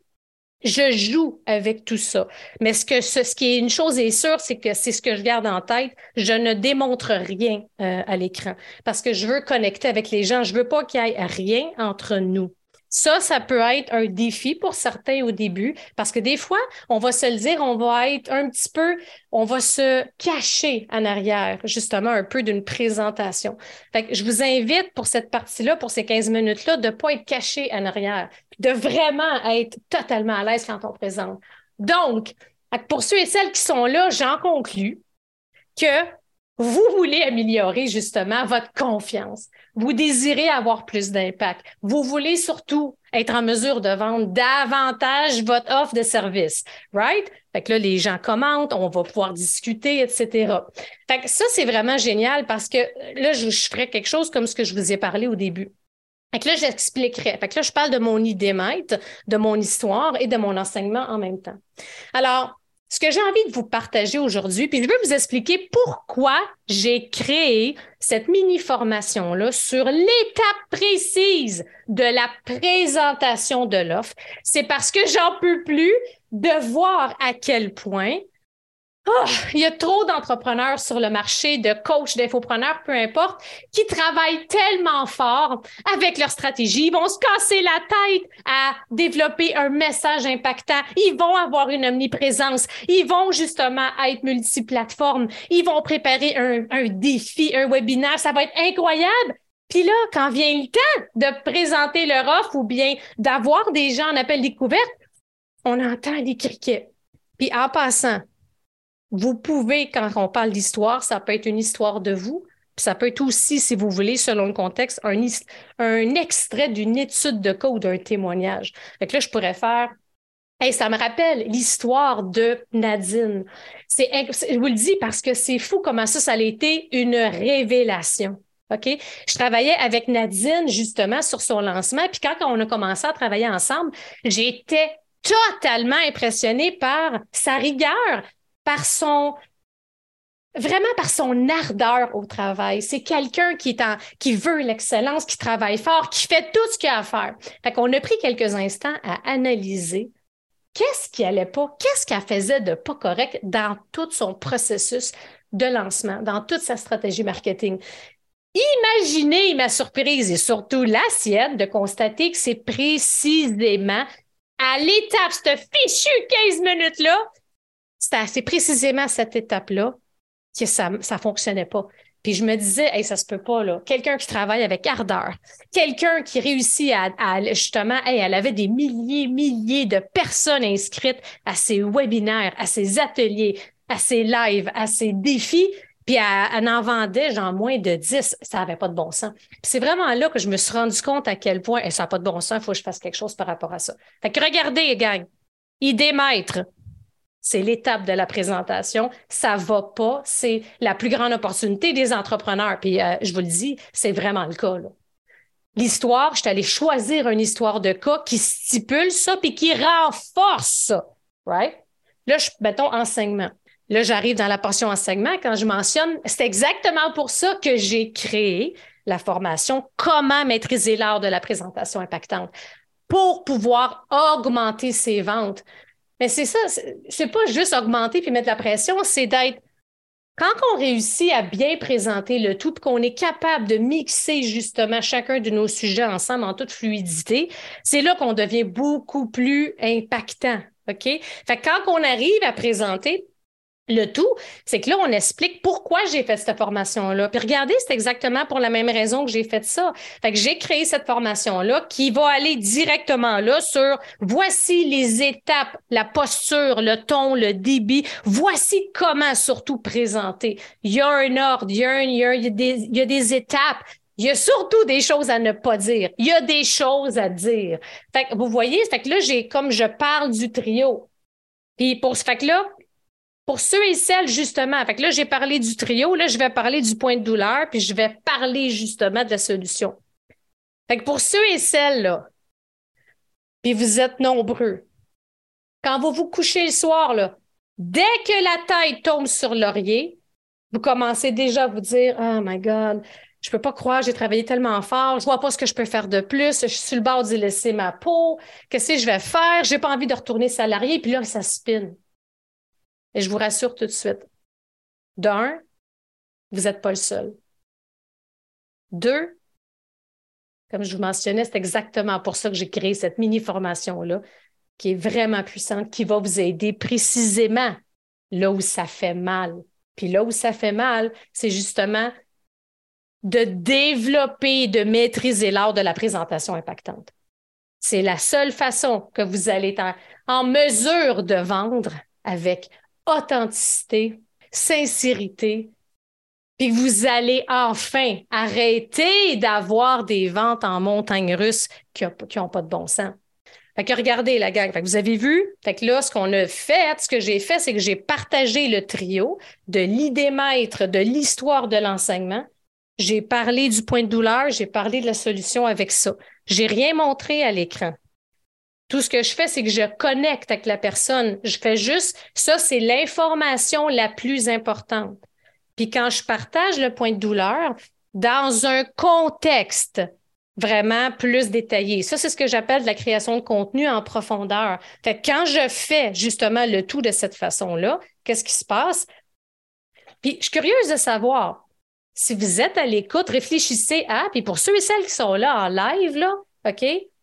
Je joue avec tout ça. Mais ce que ce, ce qui est une chose est sûre, c'est que c'est ce que je garde en tête. Je ne démontre rien euh, à l'écran parce que je veux connecter avec les gens. Je veux pas qu'il y ait rien entre nous. Ça, ça peut être un défi pour certains au début parce que des fois, on va se le dire, on va être un petit peu, on va se cacher en arrière, justement, un peu d'une présentation. Fait que je vous invite pour cette partie-là, pour ces quinze minutes-là, de ne pas être caché en arrière, de vraiment être totalement à l'aise quand on présente. Donc, pour ceux et celles qui sont là, j'en conclus que vous voulez améliorer justement votre confiance. Vous désirez avoir plus d'impact. Vous voulez surtout être en mesure de vendre davantage votre offre de service, right? Fait que là, les gens commentent, on va pouvoir discuter, et cetera. Fait que ça, c'est vraiment génial parce que là, je, je ferais quelque chose comme ce que je vous ai parlé au début. Fait que là, j'expliquerai. Fait que là, je parle de mon idée maître, de mon histoire et de mon enseignement en même temps. Alors, ce que j'ai envie de vous partager aujourd'hui, puis je vais vous expliquer pourquoi j'ai créé cette mini-formation-là sur l'étape précise de la présentation de l'offre. C'est parce que j'en peux plus de voir à quel point oh, il y a trop d'entrepreneurs sur le marché, de coachs, d'infopreneurs, peu importe, qui travaillent tellement fort avec leur stratégie. Ils vont se casser la tête à développer un message impactant. Ils vont avoir une omniprésence. Ils vont justement être multiplateformes. Ils vont préparer un, un défi, un webinaire. Ça va être incroyable. Puis là, quand vient le temps de présenter leur offre ou bien d'avoir des gens en appel découverte, on entend les criquets. Puis en passant, vous pouvez, quand on parle d'histoire, ça peut être une histoire de vous, puis ça peut être aussi, si vous voulez, selon le contexte, un, un extrait d'une étude de cas ou d'un témoignage. Fait que là, je pourrais faire hey, ça me rappelle l'histoire de Nadine. C'est, je vous le dis parce que c'est fou comment ça, ça a été une révélation. OK? Je travaillais avec Nadine, justement, sur son lancement, puis quand on a commencé à travailler ensemble, j'étais totalement impressionnée par sa rigueur, par son, vraiment par son ardeur au travail. C'est quelqu'un qui est en, qui veut l'excellence, qui travaille fort, qui fait tout ce qu'il a à faire. Fait qu'on a pris quelques instants à analyser qu'est-ce qui allait pas, qu'est-ce qu'elle faisait de pas correct dans tout son processus de lancement, dans toute sa stratégie marketing. Imaginez ma surprise et surtout la sienne de constater que c'est précisément à l'étape, cette fichue quinze minutes-là, c'est précisément à cette étape-là que ça ne fonctionnait pas. Puis je me disais, hey, ça se peut pas, là. Quelqu'un qui travaille avec ardeur, quelqu'un qui réussit à, à justement, hey, elle avait des milliers, milliers de personnes inscrites à ses webinaires, à ses ateliers, à ses lives, à ses défis, puis elle, elle en vendait genre moins de dix. Ça n'avait pas de bon sens. Puis c'est vraiment là que je me suis rendu compte à quel point, hey, ça n'a pas de bon sens, il faut que je fasse quelque chose par rapport à ça. Fait que regardez, gang, idée maître. C'est l'étape de la présentation. Ça va pas. C'est la plus grande opportunité des entrepreneurs. Puis, euh, je vous le dis, c'est vraiment le cas, là. L'histoire, je suis allée choisir une histoire de cas qui stipule ça puis qui renforce ça. Right? Là, je, mettons, enseignement. Là, j'arrive dans la portion enseignement. Quand je mentionne, c'est exactement pour ça que j'ai créé la formation Comment maîtriser l'art de la présentation impactante pour pouvoir augmenter ses ventes. Mais c'est ça, c'est pas juste augmenter puis mettre la pression, c'est d'être, quand on réussit à bien présenter le tout puis qu'on est capable de mixer justement chacun de nos sujets ensemble en toute fluidité, c'est là qu'on devient beaucoup plus impactant, OK? Fait que quand on arrive à présenter le tout, c'est que là, on explique pourquoi j'ai fait cette formation-là. Puis regardez, c'est exactement pour la même raison que j'ai fait ça. Fait que j'ai créé cette formation-là qui va aller directement là sur voici les étapes, la posture, le ton, le débit. Voici comment surtout présenter. Il y a un ordre, il y a, un, il y a, il y a, des, il y a des étapes. Il y a surtout des choses à ne pas dire. Il y a des choses à dire. Fait que vous voyez, fait que là, j'ai comme je parle du trio. Puis pour ce fait que là, pour ceux et celles, justement, fait que là, j'ai parlé du trio, là, je vais parler du point de douleur, puis je vais parler justement de la solution. Fait que pour ceux et celles, là, puis vous êtes nombreux, quand vous vous couchez le soir, là, dès que la tête tombe sur l'oreiller, vous commencez déjà à vous dire « Oh my God, je peux pas croire, j'ai travaillé tellement fort, je vois pas ce que je peux faire de plus, je suis sur le bord d'y laisser ma peau, qu'est-ce que je vais faire, j'ai pas envie de retourner salarié, puis là, ça spinne. » Et je vous rassure tout de suite. D'un, vous n'êtes pas le seul. Deux, comme je vous mentionnais, c'est exactement pour ça que j'ai créé cette mini-formation-là, qui est vraiment puissante, qui va vous aider précisément là où ça fait mal. Puis là où ça fait mal, c'est justement de développer, de maîtriser l'art de la présentation impactante. C'est la seule façon que vous allez être en mesure de vendre avec authenticité, sincérité, puis vous allez enfin arrêter d'avoir des ventes en montagne russe qui n'ont pas de bon sens. Fait que regardez la gang, fait que vous avez vu, fait que là, ce qu'on a fait, ce que j'ai fait, c'est que j'ai partagé le trio de l'idée maître, de l'histoire de l'enseignement. J'ai parlé du point de douleur, j'ai parlé de la solution avec ça. J'ai rien montré à l'écran. Tout ce que je fais, c'est que je connecte avec la personne. Je fais juste, ça, c'est l'information la plus importante. Puis quand je partage le point de douleur, dans un contexte vraiment plus détaillé. Ça, c'est ce que j'appelle de la création de contenu en profondeur. Fait que quand je fais justement le tout de cette façon-là, qu'est-ce qui se passe? Puis je suis curieuse de savoir, si vous êtes à l'écoute, réfléchissez à, puis pour ceux et celles qui sont là en live, là, OK?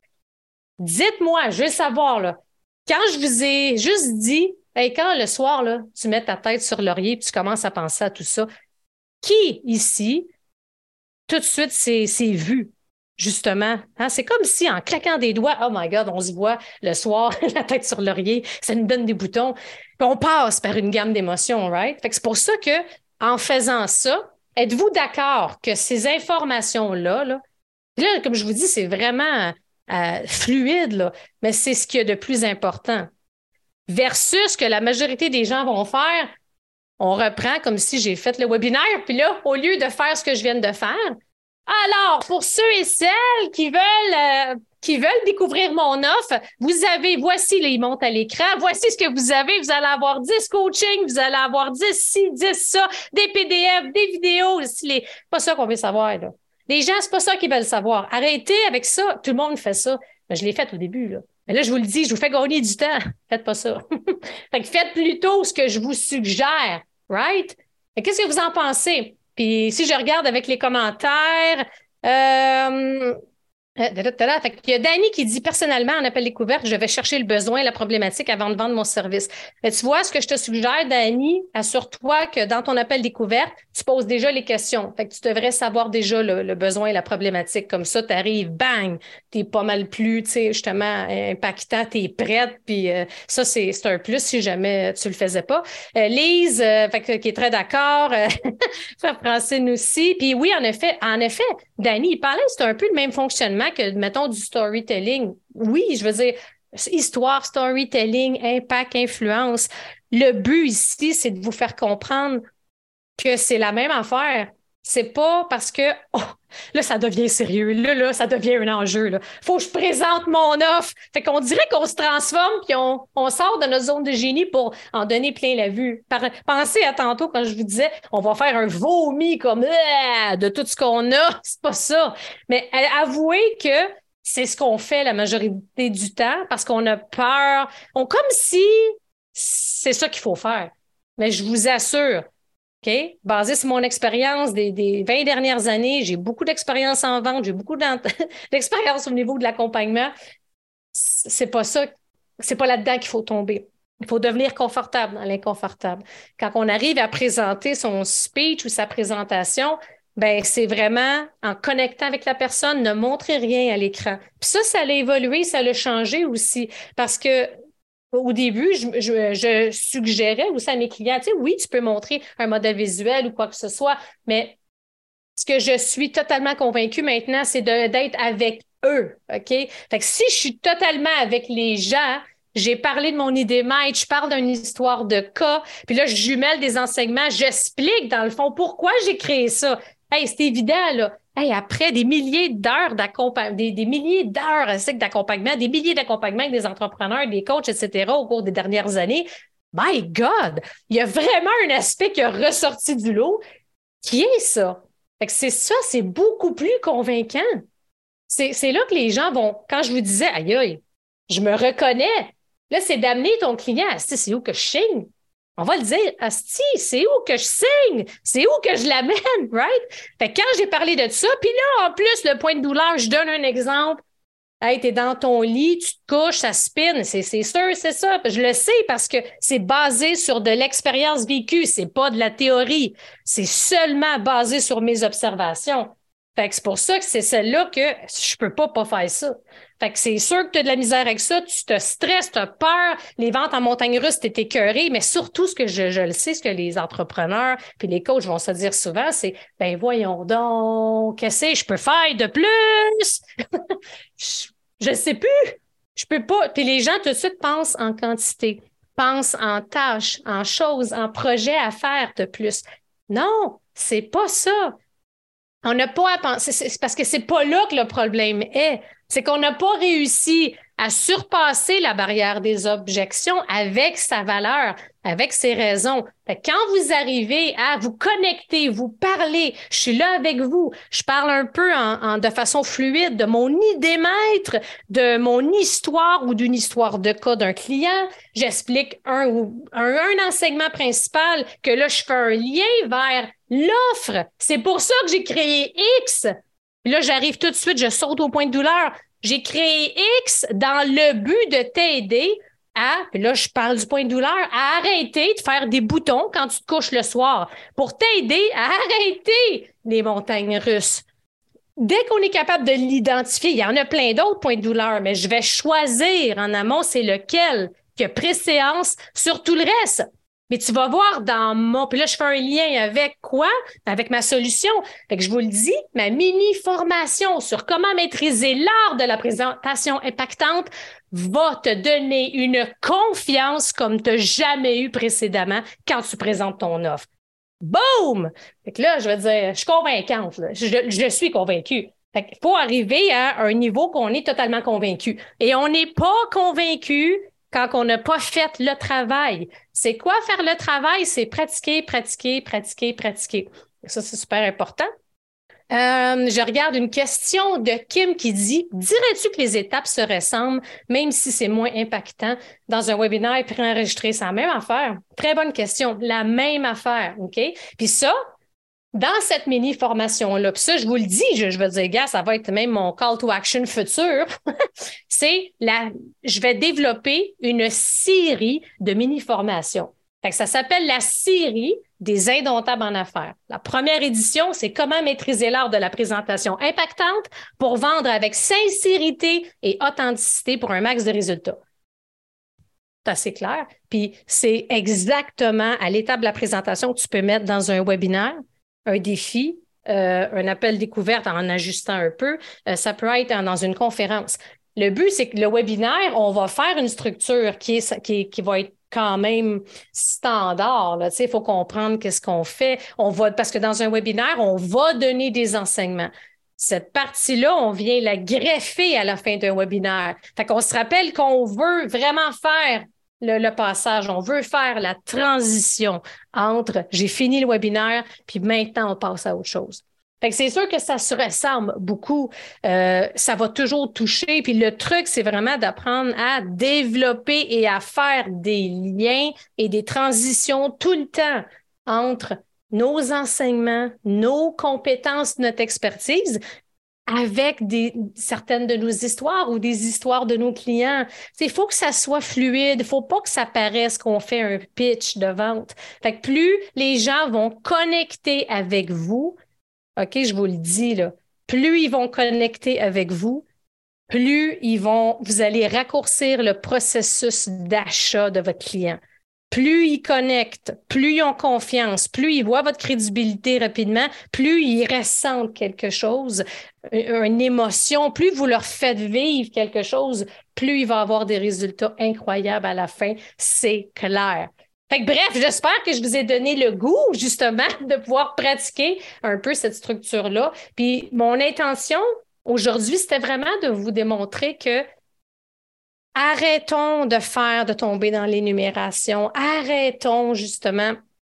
Dites-moi, je veux savoir, là, quand je vous ai juste dit, hey, quand le soir, là, tu mets ta tête sur l'oreiller et tu commences à penser à tout ça, qui ici, tout de suite, c'est, c'est vu, justement? Hein? C'est comme si en claquant des doigts, oh my God, on se voit le soir, la tête sur l'oreiller, ça nous donne des boutons, puis on passe par une gamme d'émotions, right? Fait que c'est pour ça que, en faisant ça, êtes-vous d'accord que ces informations-là, là, là, comme je vous dis, c'est vraiment euh, fluide, là, mais c'est ce qu'il y a de plus important. Versus ce que la majorité des gens vont faire, on reprend comme si j'ai fait le webinaire, puis là, au lieu de faire ce que je viens de faire, alors, pour ceux et celles qui veulent, euh, qui veulent découvrir mon offre, vous avez, voici, les montes à l'écran, voici ce que vous avez, vous allez avoir dix coachings, vous allez avoir dix ci, dix ça, des P D F, des vidéos, c'est les... pas ça qu'on veut savoir, là. Les gens, c'est pas ça qu'ils veulent savoir. Arrêtez avec ça, tout le monde fait ça. Mais je l'ai fait au début, là. Mais là, je vous le dis, je vous fais gagner du temps. Faites pas ça. Fait que faites plutôt ce que je vous suggère, right? Et qu'est-ce que vous en pensez? Puis si je regarde avec les commentaires, euh, Euh, da, da, da, da. Fait qu'il y a Danny qui dit personnellement, en appel découverte, je vais chercher le besoin, la problématique avant de vendre mon service. Mais tu vois, ce que je te suggère, Danny, assure-toi que dans ton appel découverte, tu poses déjà les questions. Fait que tu devrais savoir déjà le, le besoin et la problématique. Comme ça, tu arrives, bang, tu es pas mal plus, tu sais, justement, impactant, tu es prête. Puis euh, ça, c'est, c'est un plus si jamais tu le faisais pas. Euh, Lise, euh, fait que, qui est très d'accord. Euh, Francine aussi. Puis oui, en effet, en effet, Danny, il parlait, c'est un peu le même fonctionnement que, mettons, du storytelling. Oui, je veux dire, histoire, storytelling, impact, influence. Le but ici, c'est de vous faire comprendre que c'est la même affaire. C'est pas parce que oh, là, ça devient sérieux. Là, là, ça devient un enjeu. Là. Faut que je présente mon offre. Fait qu'on dirait qu'on se transforme puis on, on sort de notre zone de génie pour en donner plein la vue. Par, pensez à tantôt quand je vous disais on va faire un vomi comme euh, de tout ce qu'on a. C'est pas ça. Mais avouez que c'est ce qu'on fait la majorité du temps parce qu'on a peur. On, comme si c'est ça qu'il faut faire. Mais je vous assure, OK? Basé sur mon expérience des, des vingt dernières années, j'ai beaucoup d'expérience en vente, j'ai beaucoup d'expérience au niveau de l'accompagnement. C'est pas ça, c'est pas là-dedans qu'il faut tomber. Il faut devenir confortable dans l'inconfortable. Quand on arrive à présenter son speech ou sa présentation, ben c'est vraiment en connectant avec la personne, ne montrez rien à l'écran. Puis ça, ça a évolué, ça l'a changé aussi. Parce que au début, je, je, je suggérais aussi à mes clients, tu sais, oui, tu peux montrer un modèle visuel ou quoi que ce soit, mais ce que je suis totalement convaincue maintenant, c'est de, d'être avec eux, OK? Fait que si je suis totalement avec les gens, j'ai parlé de mon idée maître, je parle d'une histoire de cas, puis là, je jumelle des enseignements, j'explique dans le fond pourquoi j'ai créé ça. Hey, c'est évident, là. Hey, après des milliers d'heures d'accompagnement, des, des milliers d'heures d'accompagnement, des milliers d'accompagnements avec des entrepreneurs, des coachs, et cetera au cours des dernières années, my God, il y a vraiment un aspect qui a ressorti du lot qui est ça. Fait que c'est ça, c'est beaucoup plus convaincant. C'est, c'est là que les gens vont, quand je vous disais, aïe, aïe, je me reconnais, là, c'est d'amener ton client, asti, c'est où que je signe? On va le dire, asti, c'est où que je signe? C'est où que je l'amène, right? Fait que quand j'ai parlé de ça, puis là, en plus, le point de douleur, je donne un exemple. Hey, t'es dans ton lit, tu te couches, ça spinne. C'est, c'est sûr, c'est ça. Je le sais parce que c'est basé sur de l'expérience vécue. C'est pas de la théorie. C'est seulement basé sur mes observations. Fait que c'est pour ça que c'est celle-là que je peux pas pas faire ça. Fait que c'est sûr que tu as de la misère avec ça, tu te stresses, tu as peur, les ventes en montagne russe, t'es écœuré, mais surtout ce que je, je le sais, ce que les entrepreneurs puis les coachs vont se dire souvent, c'est ben voyons donc, qu'est-ce que je peux faire de plus? je, je sais plus. Je peux pas. Puis les gens tout de suite pensent en quantité, pensent en tâches, en choses, en projets à faire de plus. Non, c'est pas ça. On n'a pas à penser, c'est parce que c'est pas là que le problème est. C'est qu'on n'a pas réussi à surpasser la barrière des objections avec sa valeur, avec ses raisons. Fait que quand vous arrivez à vous connecter, vous parler, je suis là avec vous, je parle un peu en, en- de façon fluide de mon idée maître, de mon histoire ou d'une histoire de cas d'un client, j'explique un, ou un, un enseignement principal que là, je fais un lien vers l'offre. C'est pour ça que j'ai créé X. Puis là, j'arrive tout de suite, je saute au point de douleur. J'ai créé X dans le but de t'aider à, puis là, je parle du point de douleur, à arrêter de faire des boutons quand tu te couches le soir pour t'aider à arrêter les montagnes russes. Dès qu'on est capable de l'identifier, il y en a plein d'autres points de douleur, mais je vais choisir en amont c'est lequel qui a préséance sur tout le reste. Mais tu vas voir dans mon... Puis là, je fais un lien avec quoi? Avec ma solution. Fait que je vous le dis, ma mini-formation sur comment maîtriser l'art de la présentation impactante va te donner une confiance comme tu n'as jamais eu précédemment quand tu présentes ton offre. Boum! Fait que là, je veux dire, je suis convaincante. Là. Je, je suis convaincue. Fait qu'il faut arriver à un niveau qu'on est totalement convaincu. Et on n'est pas convaincu quand on n'a pas fait le travail. C'est quoi faire le travail? C'est pratiquer, pratiquer, pratiquer, pratiquer. Ça, c'est super important. Euh, je regarde une question de Kim qui dit « Dirais-tu que les étapes se ressemblent, même si c'est moins impactant dans un webinaire préenregistré? » C'est la même affaire. Très bonne question. La même affaire, OK? Puis ça, dans cette mini-formation-là, puis ça, je vous le dis, je, je veux dire, gars, ça va être même mon call to action futur, c'est la, je vais développer une série de mini-formations. Fait que ça s'appelle la série des indomptables en affaires. La première édition, c'est comment maîtriser l'art de la présentation impactante pour vendre avec sincérité et authenticité pour un max de résultats. C'est assez clair. Puis c'est exactement à l'étape de la présentation que tu peux mettre dans un webinaire, un défi, euh, un appel découverte en ajustant un peu. Euh, ça peut être dans une conférence. Le but, c'est que le webinaire, on va faire une structure qui, est, qui, qui va être quand même standard. Là. Tu sais, il faut comprendre qu'est-ce qu'on fait. On va, parce que dans un webinaire, on va donner des enseignements. Cette partie-là, on vient la greffer à la fin d'un webinaire. Fait qu'on se rappelle qu'on veut vraiment faire le, le passage, on veut faire la transition entre j'ai fini le webinaire, puis maintenant on passe à autre chose. Fait que c'est sûr que ça se ressemble beaucoup. Euh, ça va toujours toucher. Puis le truc, c'est vraiment d'apprendre à développer et à faire des liens et des transitions tout le temps entre nos enseignements, nos compétences, notre expertise, avec des, certaines de nos histoires ou des histoires de nos clients. Il faut que ça soit fluide. Il ne faut pas que ça paraisse qu'on fait un pitch de vente. Fait que plus les gens vont connecter avec vous, OK, je vous le dis, là, plus ils vont connecter avec vous, plus ils vont, vous allez raccourcir le processus d'achat de votre client. Plus ils connectent, plus ils ont confiance, plus ils voient votre crédibilité rapidement, plus ils ressentent quelque chose, une émotion, plus vous leur faites vivre quelque chose, plus il va avoir des résultats incroyables à la fin. C'est clair. Fait que bref, j'espère que je vous ai donné le goût, justement, de pouvoir pratiquer un peu cette structure-là. Puis mon intention aujourd'hui, c'était vraiment de vous démontrer que arrêtons de faire, de tomber dans l'énumération. Arrêtons justement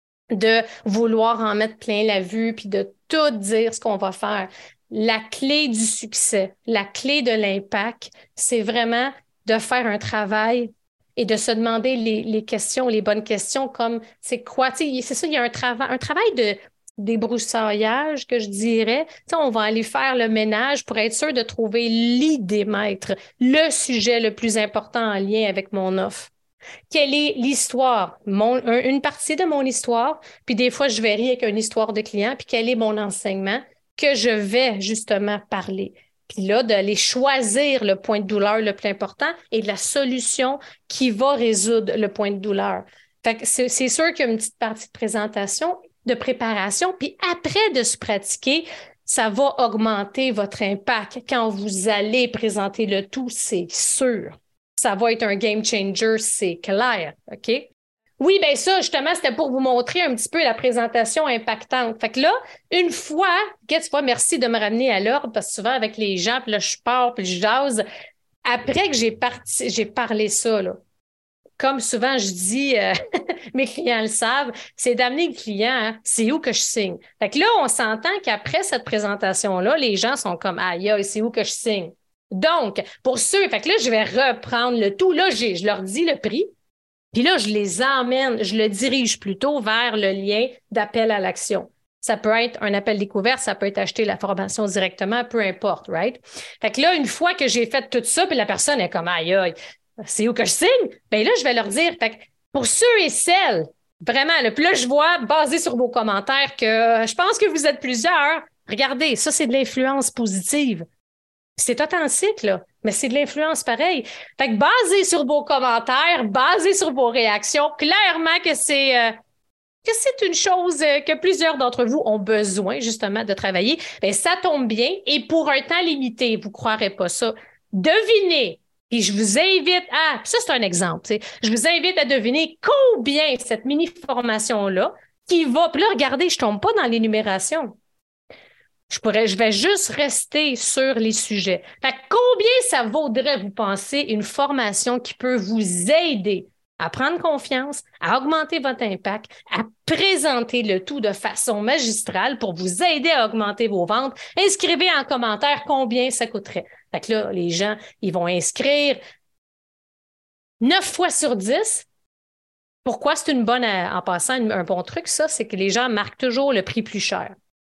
de vouloir en mettre plein la vue puis de tout dire ce qu'on va faire. La clé du succès, la clé de l'impact, c'est vraiment de faire un travail et de se demander les, les questions, les bonnes questions comme c'est quoi? Tu sais, c'est ça, il y a un travail, un travail de débroussaillage que je dirais. Tu sais, on va aller faire le ménage pour être sûr de trouver l'idée maître, le sujet le plus important en lien avec mon offre. Quelle est l'histoire? Mon, un, une partie de mon histoire, puis des fois, je varie avec une histoire de client, puis quel est mon enseignement que je vais justement parler. Puis là, d'aller choisir le point de douleur le plus important et la solution qui va résoudre le point de douleur. Fait que c'est, c'est sûr qu'il y a une petite partie de présentation, de préparation, puis après de se pratiquer, ça va augmenter votre impact. Quand vous allez présenter le tout, c'est sûr. Ça va être un game changer, c'est clair, OK? Oui, bien ça, justement, c'était pour vous montrer un petit peu la présentation impactante. Fait que là, une fois, tu vois, merci de me ramener à l'ordre, parce que souvent avec les gens, puis là, je pars, puis je jase. Après que j'ai, parti, j'ai parlé ça, là, comme souvent je dis, euh, mes clients le savent, c'est d'amener le client, hein, c'est où que je signe. Fait que là, on s'entend qu'après cette présentation-là, les gens sont comme, aïe, aïe, c'est où que je signe. Donc, pour ceux, fait que là, je vais reprendre le tout. Là, j'ai, je leur dis le prix. Puis là, je les emmène, je le dirige plutôt vers le lien d'appel à l'action. Ça peut être un appel découvert, ça peut être acheter la formation directement, peu importe, right? Fait que là, une fois que j'ai fait tout ça, puis la personne est comme, aïe, aïe, c'est où que je signe? Bien là, je vais leur dire, fait que pour ceux et celles, vraiment, là, puis là, je vois, basé sur vos commentaires, que je pense que vous êtes plusieurs. Regardez, ça, c'est de l'influence positive. C'est authentique, là, mais c'est de l'influence pareil. Fait que basé sur vos commentaires, basé sur vos réactions, clairement que c'est euh, que c'est une chose euh, que plusieurs d'entre vous ont besoin, justement, de travailler. Bien, ça tombe bien. Et pour un temps limité, vous ne croirez pas ça, devinez. Et je vous invite à, ça c'est un exemple, tu sais, je vous invite à deviner combien cette mini-formation-là qui va, puis là, regardez, je ne tombe pas dans l'énumération. Je pourrais, je vais juste rester sur les sujets. Fait que combien ça vaudrait, vous pensez, une formation qui peut vous aider à prendre confiance, à augmenter votre impact, à présenter le tout de façon magistrale pour vous aider à augmenter vos ventes? Inscrivez en commentaire combien ça coûterait. Fait que là, les gens, ils vont inscrire neuf fois sur dix. Pourquoi c'est une bonne, en passant, un bon truc, ça, c'est que les gens marquent toujours le prix plus cher.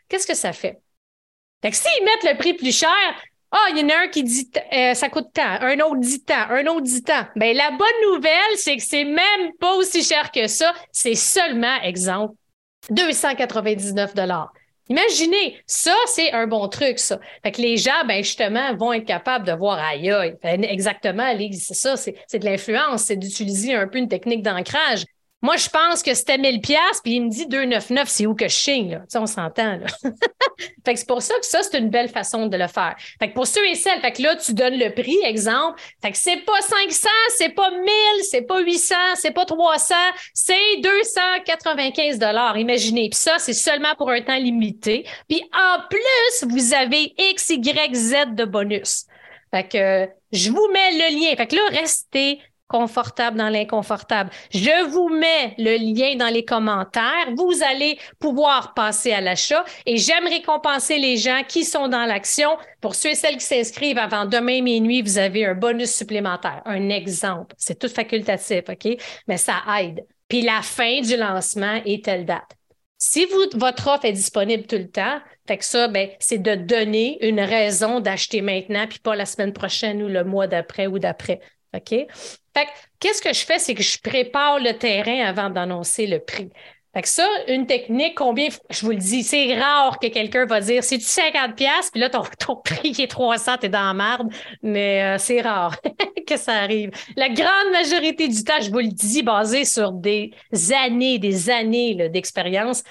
qu'est-ce que ça fait? Fait que s'ils mettent le prix plus cher, ah, oh, il y en a un qui dit euh, ça coûte tant, un autre dit tant, un autre dit tant. Bien, la bonne nouvelle, c'est que c'est même pas aussi cher que ça. C'est seulement, exemple, deux cent quatre-vingt-dix-neuf dollars. Imaginez, ça, c'est un bon truc, ça. Fait que les gens, ben justement, vont être capables de voir aïe aïe. Exactement, c'est ça, c'est, c'est de l'influence, c'est d'utiliser un peu une technique d'ancrage. Moi, je pense que c'était mille piastres, puis il me dit deux cent quatre-vingt-dix-neuf, c'est où que je signe, là? Tu sais, on s'entend, là. Fait que c'est pour ça que ça, c'est une belle façon de le faire. Fait que pour ceux et celles, fait que là, tu donnes le prix, exemple. Fait que c'est pas cinq cents, c'est pas mille, c'est pas huit cents, c'est pas trois cents, c'est deux cent quatre-vingt-quinze dollars. Imaginez. Puis ça, c'est seulement pour un temps limité. Puis en plus, vous avez X, Y, Z de bonus. Fait que euh, je vous mets le lien. Fait que là, restez confortable dans l'inconfortable. Je vous mets le lien dans les commentaires. Vous allez pouvoir passer à l'achat et j'aime récompenser les gens qui sont dans l'action. Pour ceux et celles qui s'inscrivent avant demain minuit, vous avez un bonus supplémentaire. Un exemple. C'est tout facultatif, OK? Mais ça aide. Puis la fin du lancement est telle date. Si vous, votre offre est disponible tout le temps, fait que ça, ben, c'est de donner une raison d'acheter maintenant puis pas la semaine prochaine ou le mois d'après ou d'après. OK? Fait que, qu'est-ce que je fais? C'est que je prépare le terrain avant d'annoncer le prix. Fait que ça, une technique, combien, je vous le dis, c'est rare que quelqu'un va dire, c'est-tu cinquante piastres, puis là, ton, ton prix est trois cents, t'es dans la merde, mais euh, c'est rare que ça arrive. La grande majorité du temps, je vous le dis, basé sur des années, des années là, d'expérience.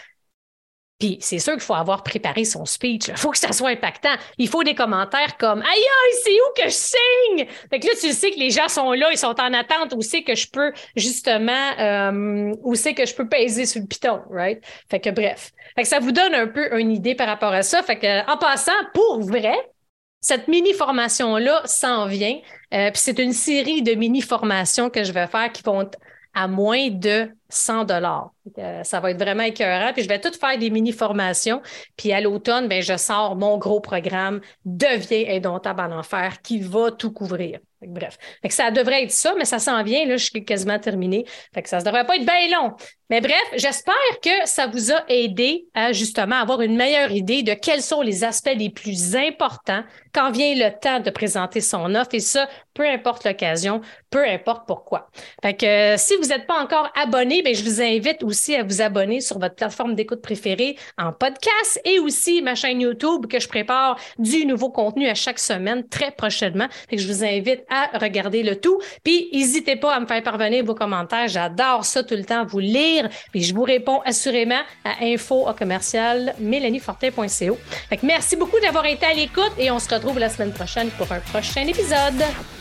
Puis c'est sûr qu'il faut avoir préparé son speech. Il faut que ça soit impactant. Il faut des commentaires comme « Aïe, aïe, c'est où que je signe? » Fait que là, tu sais que les gens sont là, ils sont en attente. Où c'est que je peux, justement, euh, où c'est que je peux peser sur le piton, right? Fait que bref. Fait que ça vous donne un peu une idée par rapport à ça. Fait que en passant, pour vrai, cette mini-formation-là s'en vient. Euh, puis c'est une série de mini-formations que je vais faire qui vont à moins de cent dollars. Euh, ça va être vraiment écœurant. Puis je vais tout faire des mini-formations. Puis à l'automne, ben, je sors mon gros programme Deviens indomptable en enfer qui va tout couvrir. Fait que, bref. Fait que ça devrait être ça, mais ça s'en vient. Là, je suis quasiment terminée. Fait que ça ne devrait pas être bien long. Mais bref, j'espère que ça vous a aidé à justement avoir une meilleure idée de quels sont les aspects les plus importants quand vient le temps de présenter son offre. Et ça, peu importe l'occasion, peu importe pourquoi. Fait que euh, si vous n'êtes pas encore abonné, bien, je vous invite aussi à vous abonner sur votre plateforme d'écoute préférée en podcast et aussi ma chaîne YouTube que je prépare du nouveau contenu à chaque semaine très prochainement. Fait que je vous invite à regarder le tout. Puis, n'hésitez pas à me faire parvenir vos commentaires. J'adore ça tout le temps, vous lire. Puis, je vous réponds assurément à info au commercial mélanie fortin point c o. Fait que merci beaucoup d'avoir été à l'écoute et on se retrouve la semaine prochaine pour un prochain épisode.